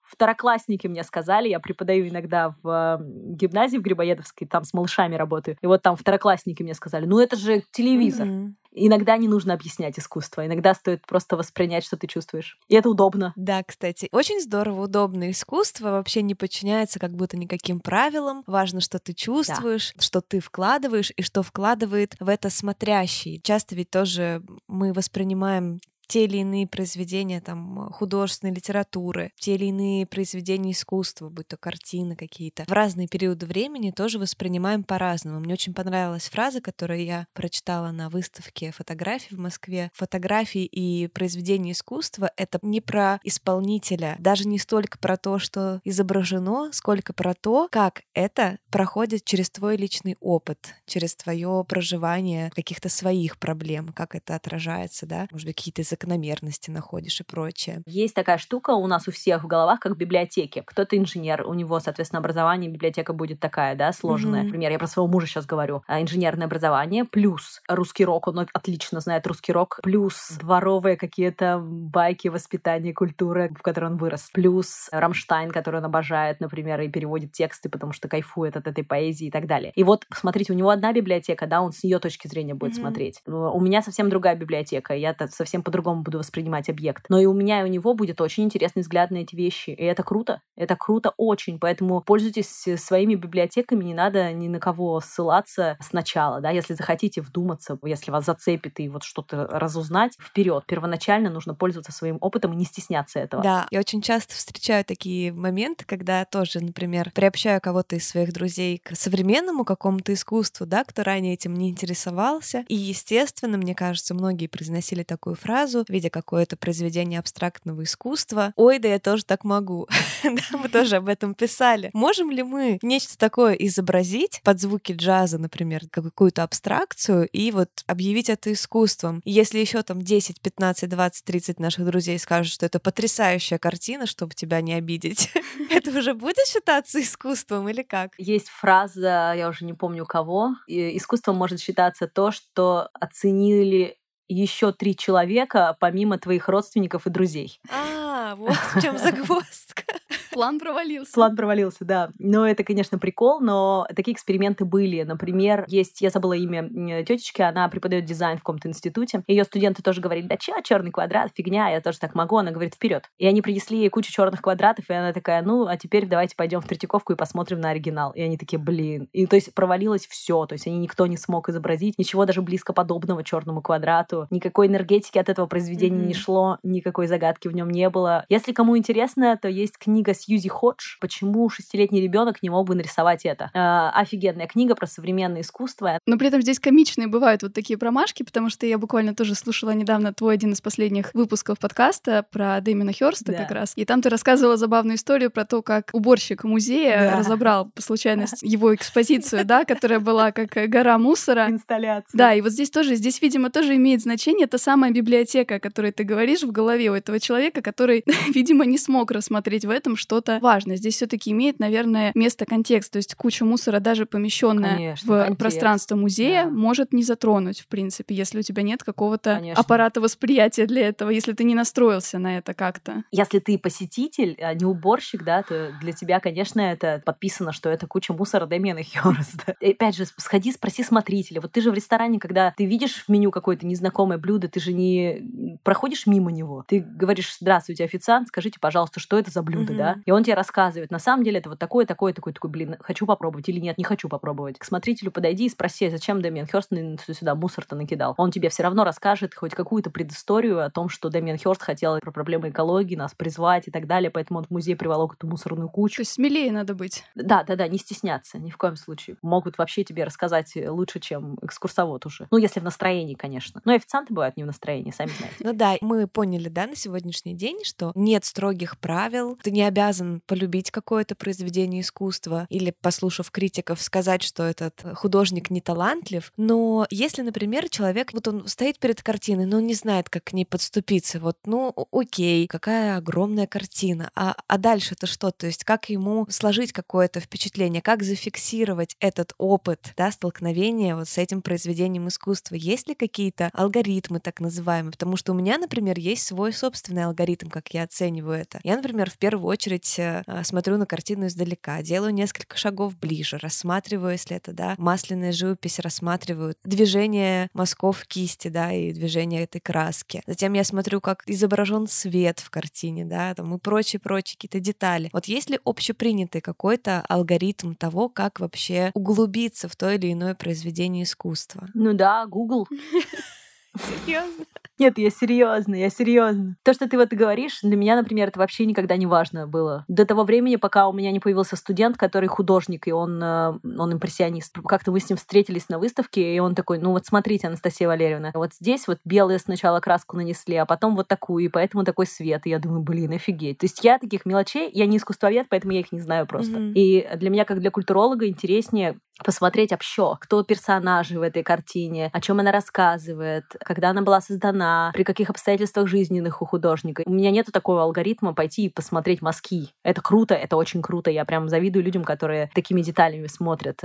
второклассники мне сказали, я преподаю иногда в гимназии в Грибоедовской, там с малышами работаю, и вот там второклассники мне сказали, ну это же телевизор. Иногда не нужно объяснять искусство, иногда стоит просто воспринять, что ты чувствуешь. И это удобно. Да, кстати, очень здорово, удобно. Искусство вообще не подчиняется как будто никаким правилам. Важно, что ты чувствуешь, что ты вкладываешь и что вкладывает в это смотрящий. Часто ведь тоже мы воспринимаем те или иные произведения там, художественной литературы, те или иные произведения искусства, будь то картины какие-то, в разные периоды времени тоже воспринимаем по-разному. Мне очень понравилась фраза, которую я прочитала на выставке фотографий в Москве. Фотографии и произведения искусства — это не про исполнителя, даже не столько про то, что изображено, сколько про то, как это проходит через твой личный опыт, через твое проживание каких-то своих проблем, как это отражается, да, может быть, какие-то закономерности находишь и прочее. Есть такая штука у нас у всех в головах, как библиотеки. Кто-то инженер, у него, соответственно, образование, библиотека будет такая, да, сложная. Например, я про своего мужа сейчас говорю. Инженерное образование плюс русский рок, он отлично знает русский рок, плюс дворовые какие-то байки, воспитание, культура, в которой он вырос, плюс Рамштайн, который он обожает, например, и переводит тексты, потому что кайфует от этой поэзии и так далее. И вот, смотрите, у него одна библиотека, да, он с ее точки зрения будет смотреть. У меня совсем другая библиотека, я-то совсем по-другому буду воспринимать объект. Но и у меня, и у него будет очень интересный взгляд на эти вещи. И это круто очень. Поэтому пользуйтесь своими библиотеками, не надо ни на кого ссылаться сначала, да, если захотите вдуматься, если вас зацепит и вот что-то разузнать, вперед. Первоначально нужно пользоваться своим опытом и не стесняться этого. Да, я очень часто встречаю такие моменты, когда тоже, например, приобщаю кого-то из своих друзей к современному какому-то искусству, да, кто ранее этим не интересовался. И, естественно, мне кажется, многие произносили такую фразу, видя какое-то произведение абстрактного искусства: «Ой, да я тоже так могу». Да, мы тоже об этом писали. Можем ли мы нечто такое изобразить под звуки джаза, например, какую-то абстракцию, и вот объявить это искусством? И если еще там 10, 15, 20, 30 наших друзей скажут, что это потрясающая картина, чтобы тебя не обидеть, это уже будет считаться искусством или как? Есть фраза, я уже не помню кого, искусством может считаться то, что оценили еще 3 человека, помимо твоих родственников и друзей. Вот в чем загвоздка. План провалился. План провалился, да. Но это, конечно, прикол, но такие эксперименты были. Например, есть, я забыла имя тетечки, она преподает дизайн в каком-то институте. Ее студенты тоже говорили: да чё, черный квадрат, фигня, я тоже так могу. Она говорит: вперед. И они принесли ей кучу черных квадратов, и она такая: ну, а теперь давайте пойдем в Третьяковку и посмотрим на оригинал. И они такие: блин. И то есть провалилось все. То есть никто не смог изобразить ничего даже близко подобного черному квадрату. Никакой энергетики от этого произведения не шло, никакой загадки в нем не было. Если кому интересно, то есть книга Сьюзи Ходж «Почему 6-летний ребенок не мог бы нарисовать это». Офигенная книга про современное искусство. Но при этом здесь комичные бывают вот такие промашки, потому что я буквально тоже слушала недавно твой один из последних выпусков подкаста про Дэмиана Хёрста как раз. И там ты рассказывала забавную историю про то, как уборщик музея разобрал по случайности его экспозицию, да, которая была как гора мусора. Инсталляция. Да, и вот здесь тоже, видимо, тоже имеет значение та самая библиотека, о которой ты говоришь в голове у этого человека, который, видимо, не смог рассмотреть в этом что-то важное. Здесь все-таки имеет, наверное, место контекст, то есть куча мусора, даже помещенная в пространство музея, может не затронуть, в принципе, если у тебя нет какого-то аппарата восприятия для этого, если ты не настроился на это как-то. Если ты посетитель, а не уборщик, да, то для тебя, конечно, это подписано, что это куча мусора Дэмиана Хёрста. И опять же, сходи, спроси смотрителя. Вот ты же в ресторане, когда ты видишь в меню какое-то незнакомое блюдо, ты же не проходишь мимо него. Ты говоришь: здравствуйте, официант, скажите, пожалуйста, что это за блюдо, да? И он тебе рассказывает: на самом деле это вот такой, блин, хочу попробовать или нет, не хочу попробовать. К смотрителю подойди и спроси: зачем Дэмиан Хёрст сюда мусор-то накидал? Он тебе все равно расскажет хоть какую-то предысторию о том, что Дэмиан Хёрст хотел про проблемы экологии нас призвать и так далее, поэтому он в музей приволок эту мусорную кучу. То есть смелее надо быть. Да, не стесняться, ни в коем случае. Могут вообще тебе рассказать лучше, чем экскурсовод уже. Ну, если в настроении, конечно. Но и официанты бывают не в настроении, сами знаете. Ну да, мы поняли, да, на сегодняшний день, что нет строгих правил, ты не обязан полюбить какое-то произведение искусства или, послушав критиков, сказать, что этот художник не талантлив. Но если, например, человек, вот он стоит перед картиной, но он не знает, как к ней подступиться, вот, ну, окей, какая огромная картина, а дальше-то что? То есть как ему сложить какое-то впечатление, как зафиксировать этот опыт, да, столкновения вот с этим произведением искусства? Есть ли какие-то алгоритмы, так называемые? Потому что у меня, например, есть свой собственный алгоритм, как я оцениваю это. Я, например, в первую очередь очередь смотрю на картину издалека, делаю несколько шагов ближе, рассматриваю, если это, да, масляная живопись, рассматриваю движение мазков кисти, да, и движение этой краски. Затем я смотрю, как изображен свет в картине, да, там и прочие какие-то детали. Вот есть ли общепринятый какой-то алгоритм того, как вообще углубиться в то или иное произведение искусства? Ну да, Google. Серьезно? Нет, я серьезно. То, что ты вот говоришь, для меня, например, это вообще никогда не важно было. До того времени, пока у меня не появился студент, который художник, и он импрессионист. Как-то мы с ним встретились на выставке, и он такой, ну вот смотрите, Анастасия Валерьевна, вот здесь вот белые сначала краску нанесли, а потом вот такую, и поэтому такой свет. И я думаю, блин, офигеть. То есть я таких мелочей, я не искусствовед, поэтому я их не знаю просто. И для меня, как для культуролога, интереснее посмотреть вообще, кто персонажи в этой картине, о чем она рассказывает, когда она была создана, при каких обстоятельствах жизненных у художника. У меня нету такого алгоритма пойти и посмотреть мазки. Это круто, это очень круто. Я прям завидую людям, которые такими деталями смотрят.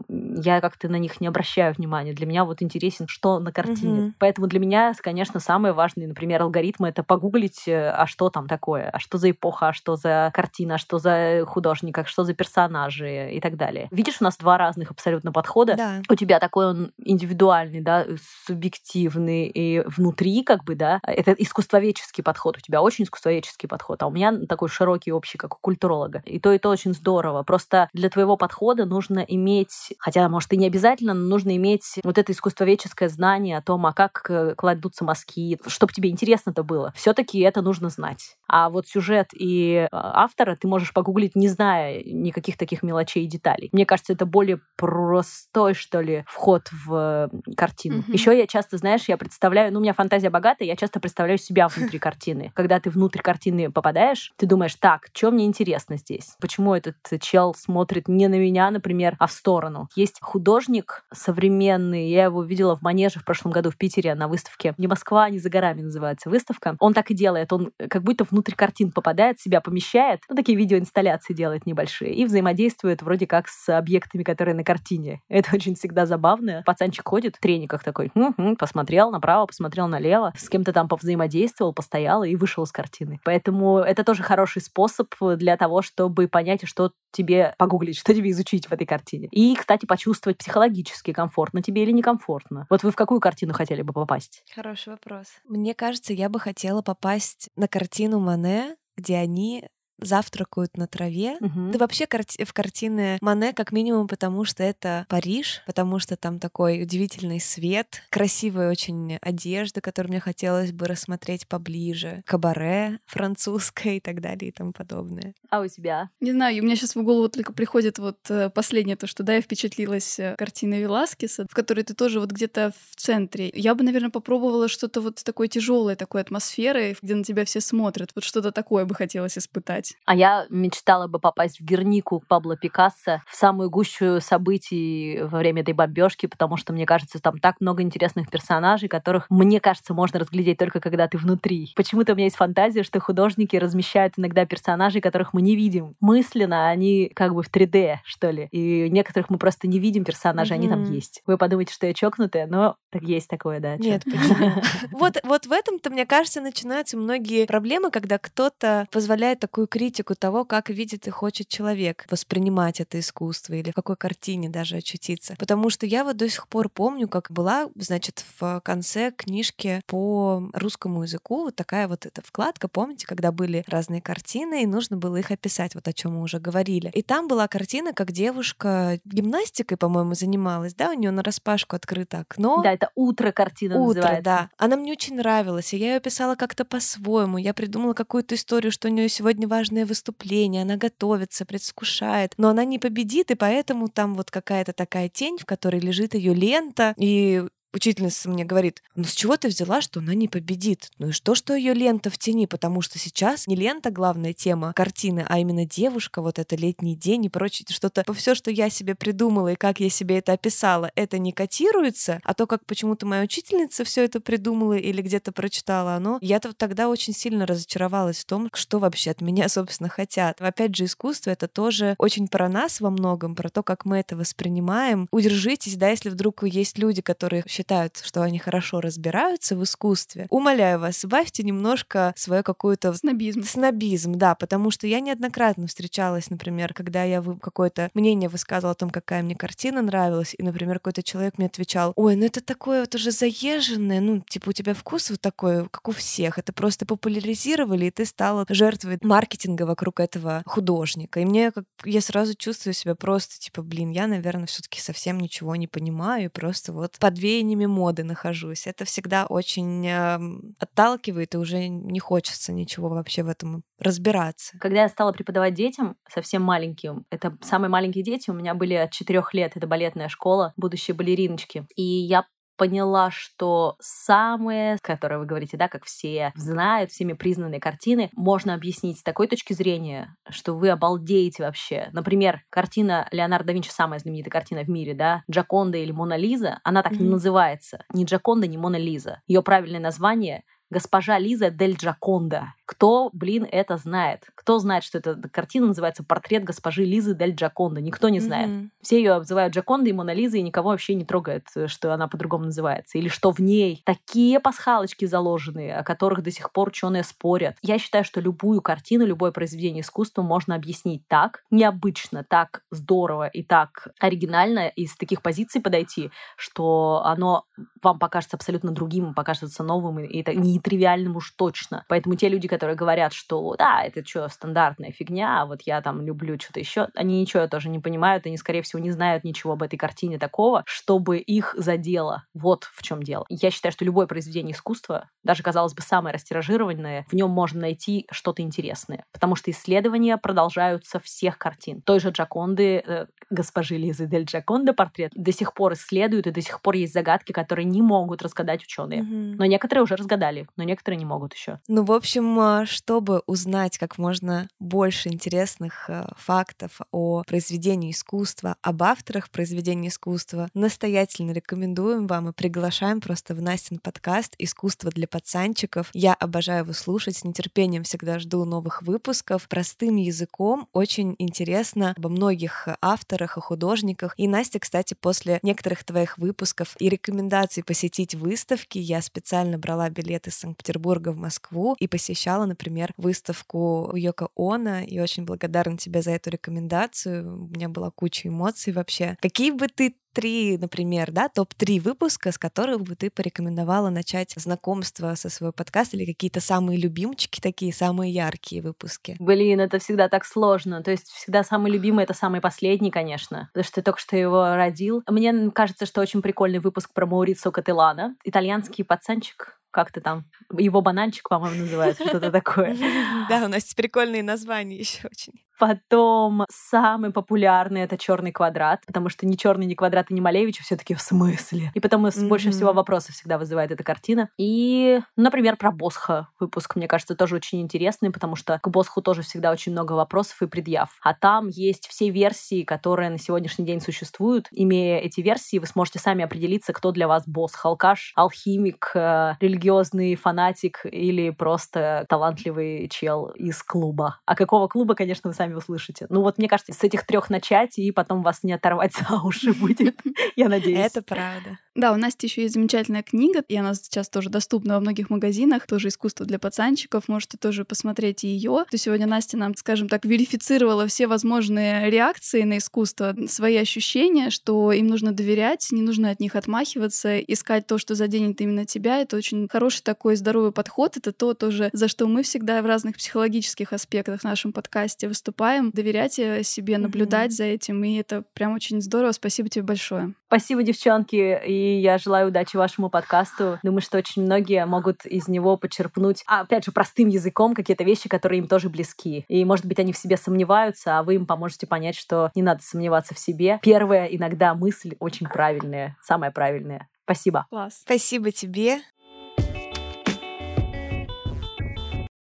Я как-то на них не обращаю внимания. Для меня вот интересен, что на картине. Поэтому для меня, конечно, самое важное, например, алгоритмы — это погуглить, а что там такое, а что за эпоха, а что за картина, а что за художник, а что за персонажи и так далее. Видишь, у нас два разных абсолютно подхода. Да. У тебя такой он индивидуальный, да, субъективный и внутри, как бы, да, это искусствоведческий подход. У тебя очень искусствоведческий подход, а у меня такой широкий, общий, как у культуролога. И то очень здорово. Просто для твоего подхода нужно иметь, хотя, может, и не обязательно, но нужно иметь вот это искусствоведческое знание о том, а как кладутся мазки, чтобы тебе интересно-то было. Все-таки это нужно знать. А вот сюжет и автора ты можешь погуглить, не зная никаких таких мелочей и деталей. Мне кажется, это более простой, что ли, вход в картину. Еще я часто, знаешь, я представляю, у меня фантазия богатая, я часто представляю себя внутри картины. Когда ты внутрь картины попадаешь, ты думаешь, так, что мне интересно здесь? Почему этот чел смотрит не на меня, например, а в сторону? Есть художник современный, я его видела в Манеже в прошлом году в Питере на выставке. Не Москва, не за горами называется выставка. Он так и делает, он как будто внутрь картин попадает, себя помещает, такие видеоинсталляции делает небольшие и взаимодействует вроде как с объектами, которые на картине. Это очень всегда забавно. Пацанчик ходит в трениках такой, посмотрел направо, посмотрел налево, с кем-то там повзаимодействовал, постоял и вышел из картины. Поэтому это тоже хороший способ для того, чтобы понять, что тебе погуглить, что тебе изучить в этой картине. И, кстати, почувствовать психологически, комфортно тебе или некомфортно. Вот вы в какую картину хотели бы попасть? Хороший вопрос. Мне кажется, я бы хотела попасть на картину Мане, где они завтракают на траве. Да вообще в картины Мане как минимум, потому что это Париж, потому что там такой удивительный свет, красивая очень одежда, которую мне хотелось бы рассмотреть поближе, кабаре французское и так далее и тому подобное. А у тебя? Не знаю, у меня сейчас в голову только приходит вот последнее то, что, да, я впечатлилась картиной Веласкеса, в которой ты тоже вот где-то в центре. Я бы, наверное, попробовала что-то вот с такой тяжелой такой атмосферой, где на тебя все смотрят. Вот что-то такое бы хотелось испытать. А я мечтала бы попасть в Гернику Пабло Пикассо, в самую гущу событий во время этой бомбежки, потому что, мне кажется, там так много интересных персонажей, которых, мне кажется, можно разглядеть только когда ты внутри. Почему-то у меня есть фантазия, что художники размещают иногда персонажей, которых мы не видим. Мысленно они как бы в 3D, что ли. И некоторых мы просто не видим персонажей, они там есть. Вы подумаете, что я чокнутая, но так есть такое, да. Нет, почему? Вот в этом-то, мне кажется, начинаются многие проблемы, когда кто-то позволяет такую критику того, как видит и хочет человек воспринимать это искусство или в какой картине даже очутиться. Потому что я вот до сих пор помню, как была, значит, в конце книжки по русскому языку вот такая вот эта вкладка, помните, когда были разные картины, и нужно было их описать, вот о чем мы уже говорили. И там была картина, как девушка гимнастикой, по-моему, занималась, да, у нее нараспашку открыто окно. Да, это «Утро» картина называется. Да. Она мне очень нравилась, и я ее писала как-то по-своему. Я придумала какую-то историю, что у нее сегодня важное выступление, она готовится, предвкушает, но она не победит, и поэтому там вот какая-то такая тень, в которой лежит ее лента, и учительница мне говорит, ну с чего ты взяла, что она не победит? Ну и что ее лента в тени? Потому что сейчас не лента главная тема картины, а именно девушка, вот это летний день и прочее, что-то, все, что я себе придумала и как я себе это описала, это не котируется, а то, как почему-то моя учительница все это придумала или где-то прочитала оно, я-то тогда очень сильно разочаровалась в том, что вообще от меня, собственно, хотят. Опять же, искусство — это тоже очень про нас во многом, про то, как мы это воспринимаем. Удержитесь, да, если вдруг есть люди, которые считают, что они хорошо разбираются в искусстве, умоляю вас, сбавьте немножко свою какую-то... Снобизм, да, потому что я неоднократно встречалась, например, когда я какое-то мнение высказывала о том, какая мне картина нравилась, и, например, какой-то человек мне отвечал: ой, ну это такое вот уже заезженное, ну, типа, у тебя вкус вот такой, как у всех, это просто популяризировали, и ты стала жертвой маркетинга вокруг этого художника. И я сразу чувствую себя просто, типа, блин, я, наверное, все-таки совсем ничего не понимаю, и просто вот под веяниями моды нахожусь. Это всегда очень отталкивает, и уже не хочется ничего вообще в этом разбираться. Когда я стала преподавать детям, совсем маленьким, это самые маленькие дети у меня были от 4 лет, это балетная школа, будущие балериночки. И я поняла, что самые, которые вы говорите, да, как все знают, всеми признанные картины, можно объяснить с такой точки зрения, что вы обалдеете вообще. Например, картина Леонардо да Винчи, самая знаменитая картина в мире, да, Джоконда или Мона Лиза, она так не называется. Ни Джоконда, ни Мона Лиза. Ее правильное название — Госпожа Лиза дель Джоконда. Кто, это знает? Кто знает, что эта картина называется «Портрет госпожи Лизы дель Джоконда»? Никто не знает. Все ее обзывают Джокондой и Мона Лизой, и никого вообще не трогает, что она по-другому называется. Или что в ней такие пасхалочки заложенные, о которых до сих пор ученые спорят. Я считаю, что любую картину, любое произведение искусства можно объяснить так необычно, так здорово и так оригинально, из таких позиций подойти, что оно вам покажется абсолютно другим, покажется новым, и это нетривиальным уж точно. Поэтому те люди, которые говорят, что да, это что, стандартная фигня, вот я там люблю что-то еще, они ничего тоже не понимают, они, скорее всего, не знают ничего об этой картине такого, чтобы их задело. Вот в чем дело. Я считаю, что любое произведение искусства, даже, казалось бы, самое растиражированное, в нем можно найти что-то интересное, потому что исследования продолжаются всех картин. Той же Джоконды, госпожи Лизы дель Джоконда портрет, до сих пор исследуют, и до сих пор есть загадки, которые не могут разгадать ученые. Но некоторые уже разгадали, но некоторые не могут еще. Ну, в общем, чтобы узнать как можно больше интересных фактов о произведении искусства, об авторах произведений искусства, настоятельно рекомендуем вам и приглашаем просто в Настин подкаст «Искусство для пацанчиков». Я обожаю его слушать, с нетерпением всегда жду новых выпусков. Простым языком очень интересно обо многих авторах и художниках. И Настя, кстати, после некоторых твоих выпусков и рекомендаций посетить выставки, я специально брала билеты из Санкт-Петербурга в Москву и посещала, например, выставку у Йоко Оно, и очень благодарна тебе за эту рекомендацию. У меня была куча эмоций вообще. Какие бы ты например, да, топ-3 выпуска, с которых бы ты порекомендовала начать знакомство со своего подкаста, или какие-то самые любимчики, такие самые яркие выпуски? Блин, это всегда так сложно. То есть всегда самый любимый — это самый последний, конечно, потому что ты только что его родил. Мне кажется, что очень прикольный выпуск про Маурицио Кателлана, итальянский пацанчик. Как ты там? Его бананчик, по-моему, называется, что-то такое. Да, у нас есть прикольные названия еще очень. Потом самый популярный — это «Черный квадрат», потому что ни «Черный», ни «Квадрат» и ни Малевича все-таки в смысле. И потом больше всего вопросов всегда вызывает эта картина. И, например, про Босха выпуск, мне кажется, тоже очень интересный, потому что к Босху тоже всегда очень много вопросов и предъяв. А там есть все версии, которые на сегодняшний день существуют. Имея эти версии, вы сможете сами определиться, кто для вас Босх: алкаш, алхимик, религиозный фанатик или просто талантливый чел из клуба. А какого клуба, конечно, вы сами услышите. Ну вот, мне кажется, с этих 3 начать, и потом вас не оторвать за уши будет. Я надеюсь. Это правда. Да, у Насти еще есть замечательная книга, и она сейчас тоже доступна во многих магазинах, тоже «Искусство для пацанчиков», можете тоже посмотреть ее. То сегодня Настя нам, скажем так, верифицировала все возможные реакции на искусство, свои ощущения, что им нужно доверять, не нужно от них отмахиваться, искать то, что заденет именно тебя. Это очень хороший такой здоровый подход, это то тоже, за что мы всегда в разных психологических аспектах в нашем подкасте выступаем. Доверять себе, наблюдать за этим, и это прям очень здорово. Спасибо тебе большое. Спасибо, девчонки, и я желаю удачи вашему подкасту. Думаю, что очень многие могут из него почерпнуть, опять же, простым языком какие-то вещи, которые им тоже близки. И, может быть, они в себе сомневаются, а вы им поможете понять, что не надо сомневаться в себе. Первая иногда мысль очень правильная, самая правильная. Спасибо. Класс. Спасибо тебе.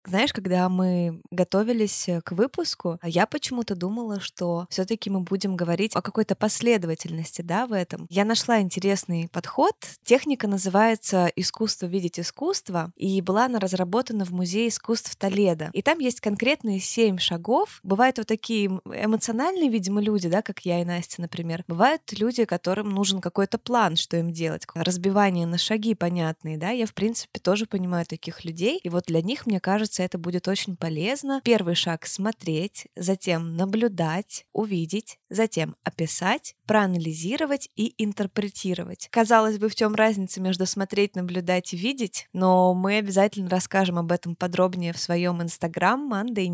Знаешь, когда мы готовились к выпуску, я почему-то думала, что все-таки мы будем говорить о какой-то последовательности, да, в этом. Я нашла интересный подход. Техника называется «Искусство видеть искусство», и была она разработана в Музее искусств Толедо. И там есть конкретные 7 шагов. Бывают вот такие эмоциональные, видимо, люди, да, как я и Настя, например. Бывают люди, которым нужен какой-то план, что им делать, разбивание на шаги понятные, да. Я, в принципе, тоже понимаю таких людей. И вот для них, мне кажется, это будет очень полезно. Первый шаг — смотреть, затем наблюдать, увидеть, затем описать, проанализировать и интерпретировать. Казалось бы, в чем разница между смотреть, наблюдать и видеть, но мы обязательно расскажем об этом подробнее в своем Инстаграм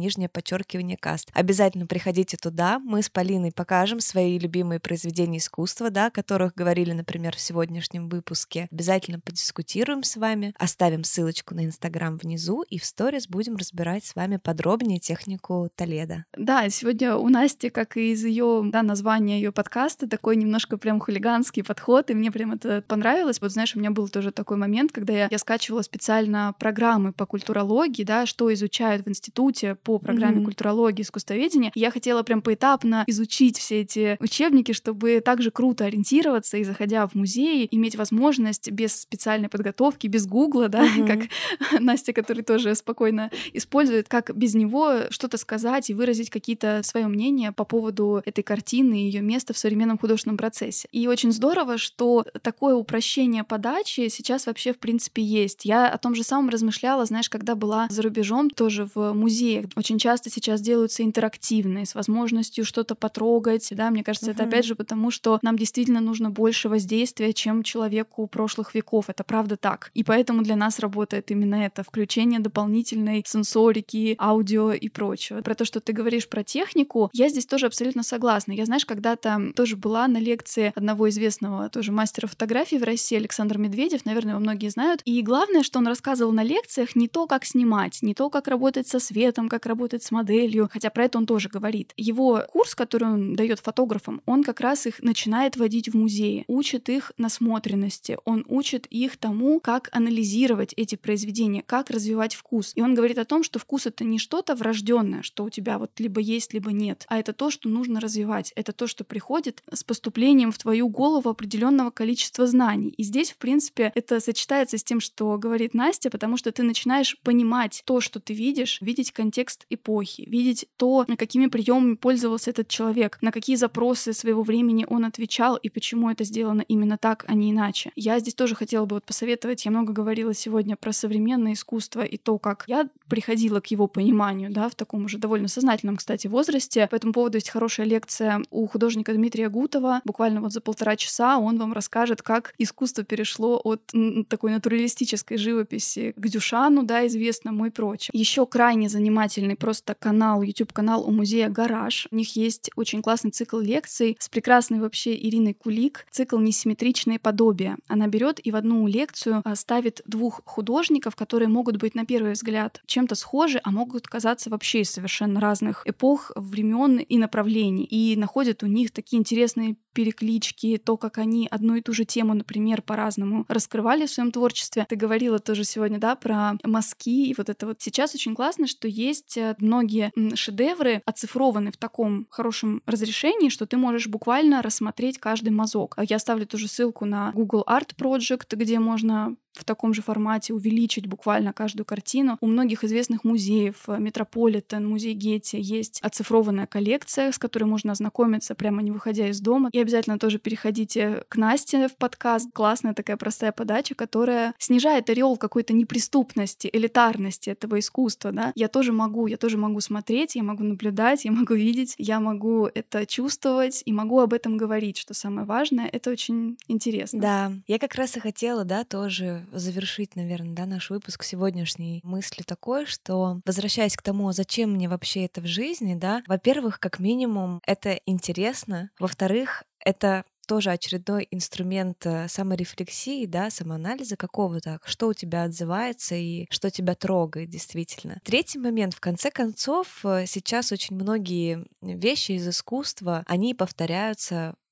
_каст. Обязательно приходите туда, мы с Полиной покажем свои любимые произведения искусства, да, о которых говорили, например, в сегодняшнем выпуске. Обязательно подискутируем с вами, оставим ссылочку на Инстаграм внизу и в сторис будем разбирать с вами подробнее технику Толедо. Да, сегодня у Насти, как и из ее названия ее подкаста, такой немножко прям хулиганский подход, и мне прям это понравилось. Вот знаешь, у меня был тоже такой момент, когда я скачивала специально программы по культурологии, да, что изучают в институте по программе культурологии, искусствоведения. И я хотела прям поэтапно изучить все эти учебники, чтобы также круто ориентироваться и, заходя в музей, иметь возможность без специальной подготовки, без гугла, да, как Настя, который тоже спокойно использует, как без него что-то сказать и выразить какие-то свое мнение по поводу этой картины и ее места в современном художественном процессе. И очень здорово, что такое упрощение подачи сейчас вообще в принципе есть. Я о том же самом размышляла, знаешь, когда была за рубежом, тоже в музеях. Очень часто сейчас делаются интерактивные, с возможностью что-то потрогать. Да, мне кажется, это опять же потому, что нам действительно нужно больше воздействия, чем человеку прошлых веков. Это правда так. И поэтому для нас работает именно это включение дополнительной сенсорики, аудио и прочего. Про то, что ты говоришь про технику, я здесь тоже абсолютно согласна. Я, знаешь, когда-то тоже была на лекции одного известного тоже мастера фотографии в России, Александр Медведев, наверное, его многие знают. И главное, что он рассказывал на лекциях, не то, как снимать, не то, как работать со светом, как работать с моделью, хотя про это он тоже говорит. Его курс, который он дает фотографам, он как раз их начинает водить в музеи, учит их насмотренности, он учит их тому, как анализировать эти произведения, как развивать вкус. И он говорит о том, что вкус — это не что-то врожденное, что у тебя вот либо есть, либо нет, а это то, что нужно развивать. Это то, что приходит с поступлением в твою голову определенного количества знаний. И здесь, в принципе, это сочетается с тем, что говорит Настя, потому что ты начинаешь понимать то, что ты видишь, видеть контекст эпохи, видеть то, какими приемами пользовался этот человек, на какие запросы своего времени он отвечал и почему это сделано именно так, а не иначе. Я здесь тоже хотела бы посоветовать, я много говорила сегодня про современное искусство и то, как я приходила к его пониманию, да, в таком уже довольно сознательном, кстати, возрасте. По этому поводу есть хорошая лекция у художника Дмитрия Гутова. Буквально вот за 1,5 часа он вам расскажет, как искусство перешло от такой натуралистической живописи к Дюшану, да, известному и прочее. Еще крайне занимательный просто канал, YouTube-канал у музея «Гараж». У них есть очень классный цикл лекций с прекрасной вообще Ириной Кулик, цикл «Несимметричные подобия». Она берет и в одну лекцию ставит 2 художников, которые могут быть на первый взгляд чем-то схожи, а могут казаться вообще из совершенно разных эпох, времен и направлений. И находят у них такие интересные переклички, то, как они одну и ту же тему, например, по-разному раскрывали в своем творчестве. Ты говорила тоже сегодня, да, про мазки и вот это вот. Сейчас очень классно, что есть многие шедевры оцифрованы в таком хорошем разрешении, что ты можешь буквально рассмотреть каждый мазок. Я оставлю тоже ссылку на Google Art Project, где можно в таком же формате увеличить буквально каждую картину. У многих известных музеев, Метрополитен, музей Гетти, есть оцифрованная коллекция, с которой можно ознакомиться, прямо не выходя из дома. И обязательно тоже переходите к Насте в подкаст. Классная такая простая подача, которая снижает ореол какой-то неприступности, элитарности этого искусства, да. Я тоже могу смотреть, я могу наблюдать, я могу видеть, я могу это чувствовать и могу об этом говорить, что самое важное. Это очень интересно. Да, я как раз и хотела, да, тоже завершить, наверное, да, наш выпуск сегодняшней мыслью такой, что, возвращаясь к тому, зачем мне вообще это в жизни, да, во-первых, как минимум, это интересно, во-вторых, это тоже очередной инструмент саморефлексии, да, самоанализа какого-то, что у тебя отзывается и что тебя трогает действительно. Третий момент, в конце концов, сейчас очень многие вещи из искусства, они повторяются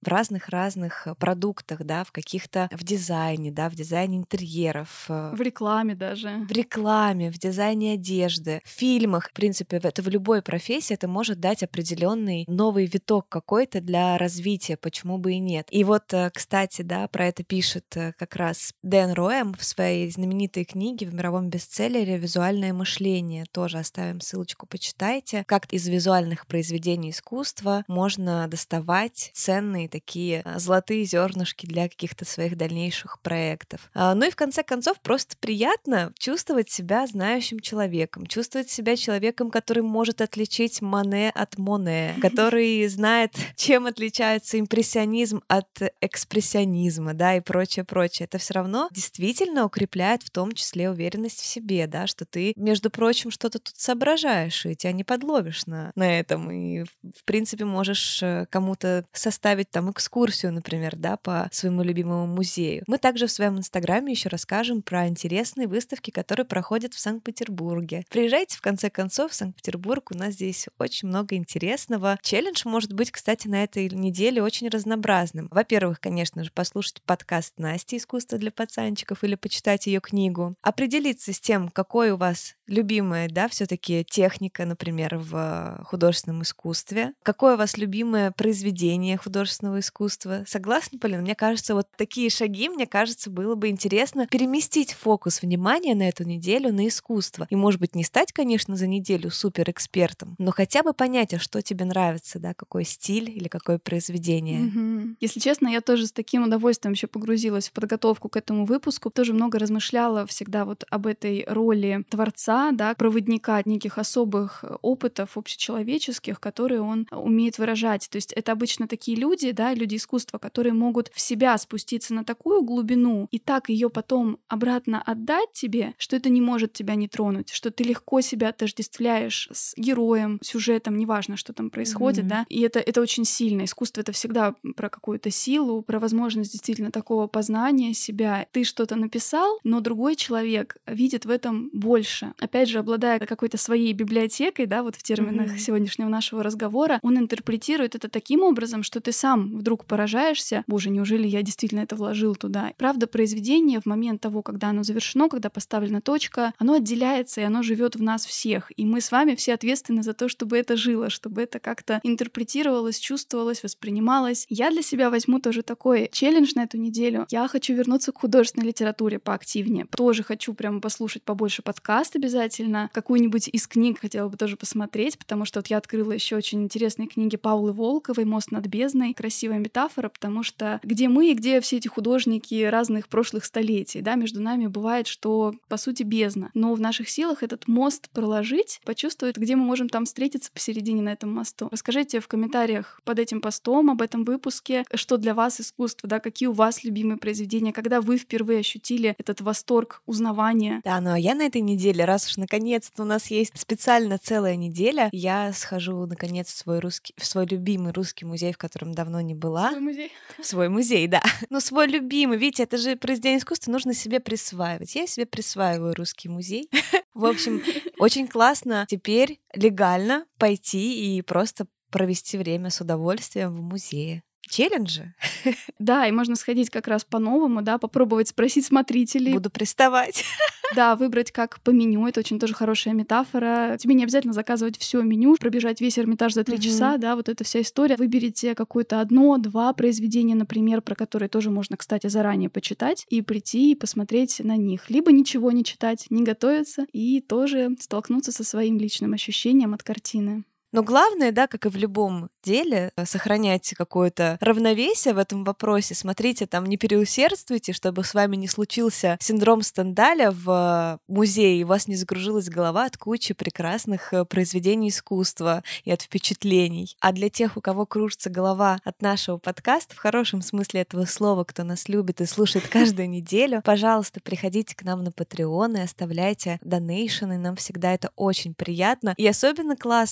в разных-разных продуктах, да, в каких-то в дизайне, да, в дизайне интерьеров, В рекламе даже. в рекламе, в дизайне одежды, в фильмах. В принципе, это в любой профессии это может дать определенный новый виток какой-то для развития, почему бы и нет. И вот, кстати, да, про это пишет как раз Дэн Роэм в своей знаменитой книге в мировом бестселлере «Визуальное мышление». Тоже оставим ссылочку, почитайте. Как из визуальных произведений искусства можно доставать ценные такие золотые зернышки для каких-то своих дальнейших проектов. Ну и в конце концов просто приятно чувствовать себя знающим человеком, чувствовать себя человеком, который может отличить Мане от Моне, который знает, чем отличается импрессионизм от экспрессионизма, да, и прочее. Это все равно действительно укрепляет в том числе уверенность в себе, да, что ты, между прочим, что-то тут соображаешь, и тебя не подловишь на этом, и, в принципе, можешь кому-то составить там экскурсию, например, да, по своему любимому музею. Мы также в своем инстаграме еще расскажем про интересные выставки, которые проходят в Санкт-Петербурге. Приезжайте, в конце концов, в Санкт-Петербург, у нас здесь очень много интересного. Челлендж может быть, кстати, на этой неделе очень разнообразным. Во-первых, конечно же, послушать подкаст Насти «Искусство для пацанчиков» или почитать ее книгу. Определиться с тем, какой у вас любимая, да, все-таки техника, например, в художественном искусстве. Какое у вас любимое произведение художественного искусства? Согласна, Полина? Мне кажется, вот такие шаги, мне кажется, было бы интересно переместить фокус внимания на эту неделю на искусство. И, может быть, не стать, конечно, за неделю суперэкспертом, но хотя бы понять, а что тебе нравится, да, какой стиль или какое произведение. Если честно, я тоже с таким удовольствием еще погрузилась в подготовку к этому выпуску. Тоже много размышляла всегда вот об этой роли творца, да, проводника от неких особых опытов общечеловеческих, которые он умеет выражать. То есть это обычно такие люди, да, люди искусства, которые могут в себя спуститься на такую глубину и так ее потом обратно отдать тебе, что это не может тебя не тронуть, что ты легко себя отождествляешь с героем, сюжетом, неважно, что там происходит, да. И это очень сильно. Искусство — это всегда про какую-то силу, про возможность действительно такого познания себя. Ты что-то написал, но другой человек видит в этом больше. Опять же, обладая какой-то своей библиотекой, да, вот в терминах сегодняшнего нашего разговора, он интерпретирует это таким образом, что ты сам вдруг поражаешься: боже, неужели я действительно это вложил туда? Правда, произведение в момент того, когда оно завершено, когда поставлена точка, оно отделяется, и оно живет в нас всех. И мы с вами все ответственны за то, чтобы это жило, чтобы это как-то интерпретировалось, чувствовалось, воспринималось. Я для себя возьму тоже такой челлендж на эту неделю. Я хочу вернуться к художественной литературе поактивнее. Тоже хочу прямо послушать побольше подкаст обязательно. Какую-нибудь из книг хотела бы тоже посмотреть, потому что вот я открыла еще очень интересные книги Паулы Волковой «Мост над бездной». Красивая метафора, потому что где мы и где все эти художники разных прошлых столетий, да, между нами бывает, что, по сути, бездна. Но в наших силах этот мост проложить, почувствовать, где мы можем там встретиться посередине на этом мосту. Расскажите в комментариях под этим постом, об этом выпуске, что для вас искусство, да, какие у вас любимые произведения, когда вы впервые ощутили этот восторг узнавания. Да, ну а я на этой неделе, раз уж наконец-то у нас есть специально целая неделя, я схожу наконец в свой любимый русский музей, в котором давно не была. Свой музей. В свой музей, да. Ну, свой любимый, видите, это же произведение искусства нужно себе присваивать. Я себе присваиваю русский музей. В общем, очень классно теперь легально пойти и просто провести время с удовольствием в музее. Челленджи. Да, и можно сходить как раз по-новому, да, попробовать спросить смотрителей. Буду приставать. Да, выбрать как по меню, это очень тоже хорошая метафора. Тебе не обязательно заказывать все меню, пробежать весь Эрмитаж за 3 часа, да, вот эта вся история. Выберите какое-то 1-2 произведения, например, про которые тоже можно, кстати, заранее почитать, и прийти и посмотреть на них. Либо ничего не читать, не готовиться, и тоже столкнуться со своим личным ощущением от картины. Но главное, да, как и в любом деле, сохранять какое-то равновесие в этом вопросе. Смотрите, там не переусердствуйте, чтобы с вами не случился синдром Стендаля в музее, и у вас не загружилась голова от кучи прекрасных произведений искусства и от впечатлений. А для тех, у кого кружится голова от нашего подкаста, в хорошем смысле этого слова, кто нас любит и слушает каждую неделю, пожалуйста, приходите к нам на Patreon и оставляйте донейшены, нам всегда это очень приятно. И особенно классно, мы вот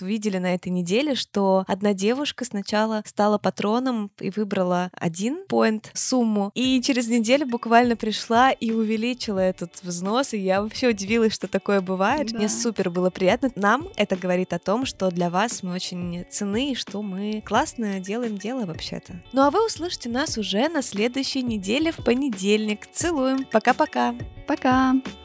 видели на этой неделе, что одна девушка сначала стала патроном и выбрала 1 поинт сумму, и через неделю буквально пришла и увеличила этот взнос, и я вообще удивилась, что такое бывает. Да. Мне супер было приятно. Нам это говорит о том, что для вас мы очень ценны, и что мы классно делаем дело вообще-то. Ну а вы услышите нас уже на следующей неделе в понедельник. Целуем. Пока-пока. Пока!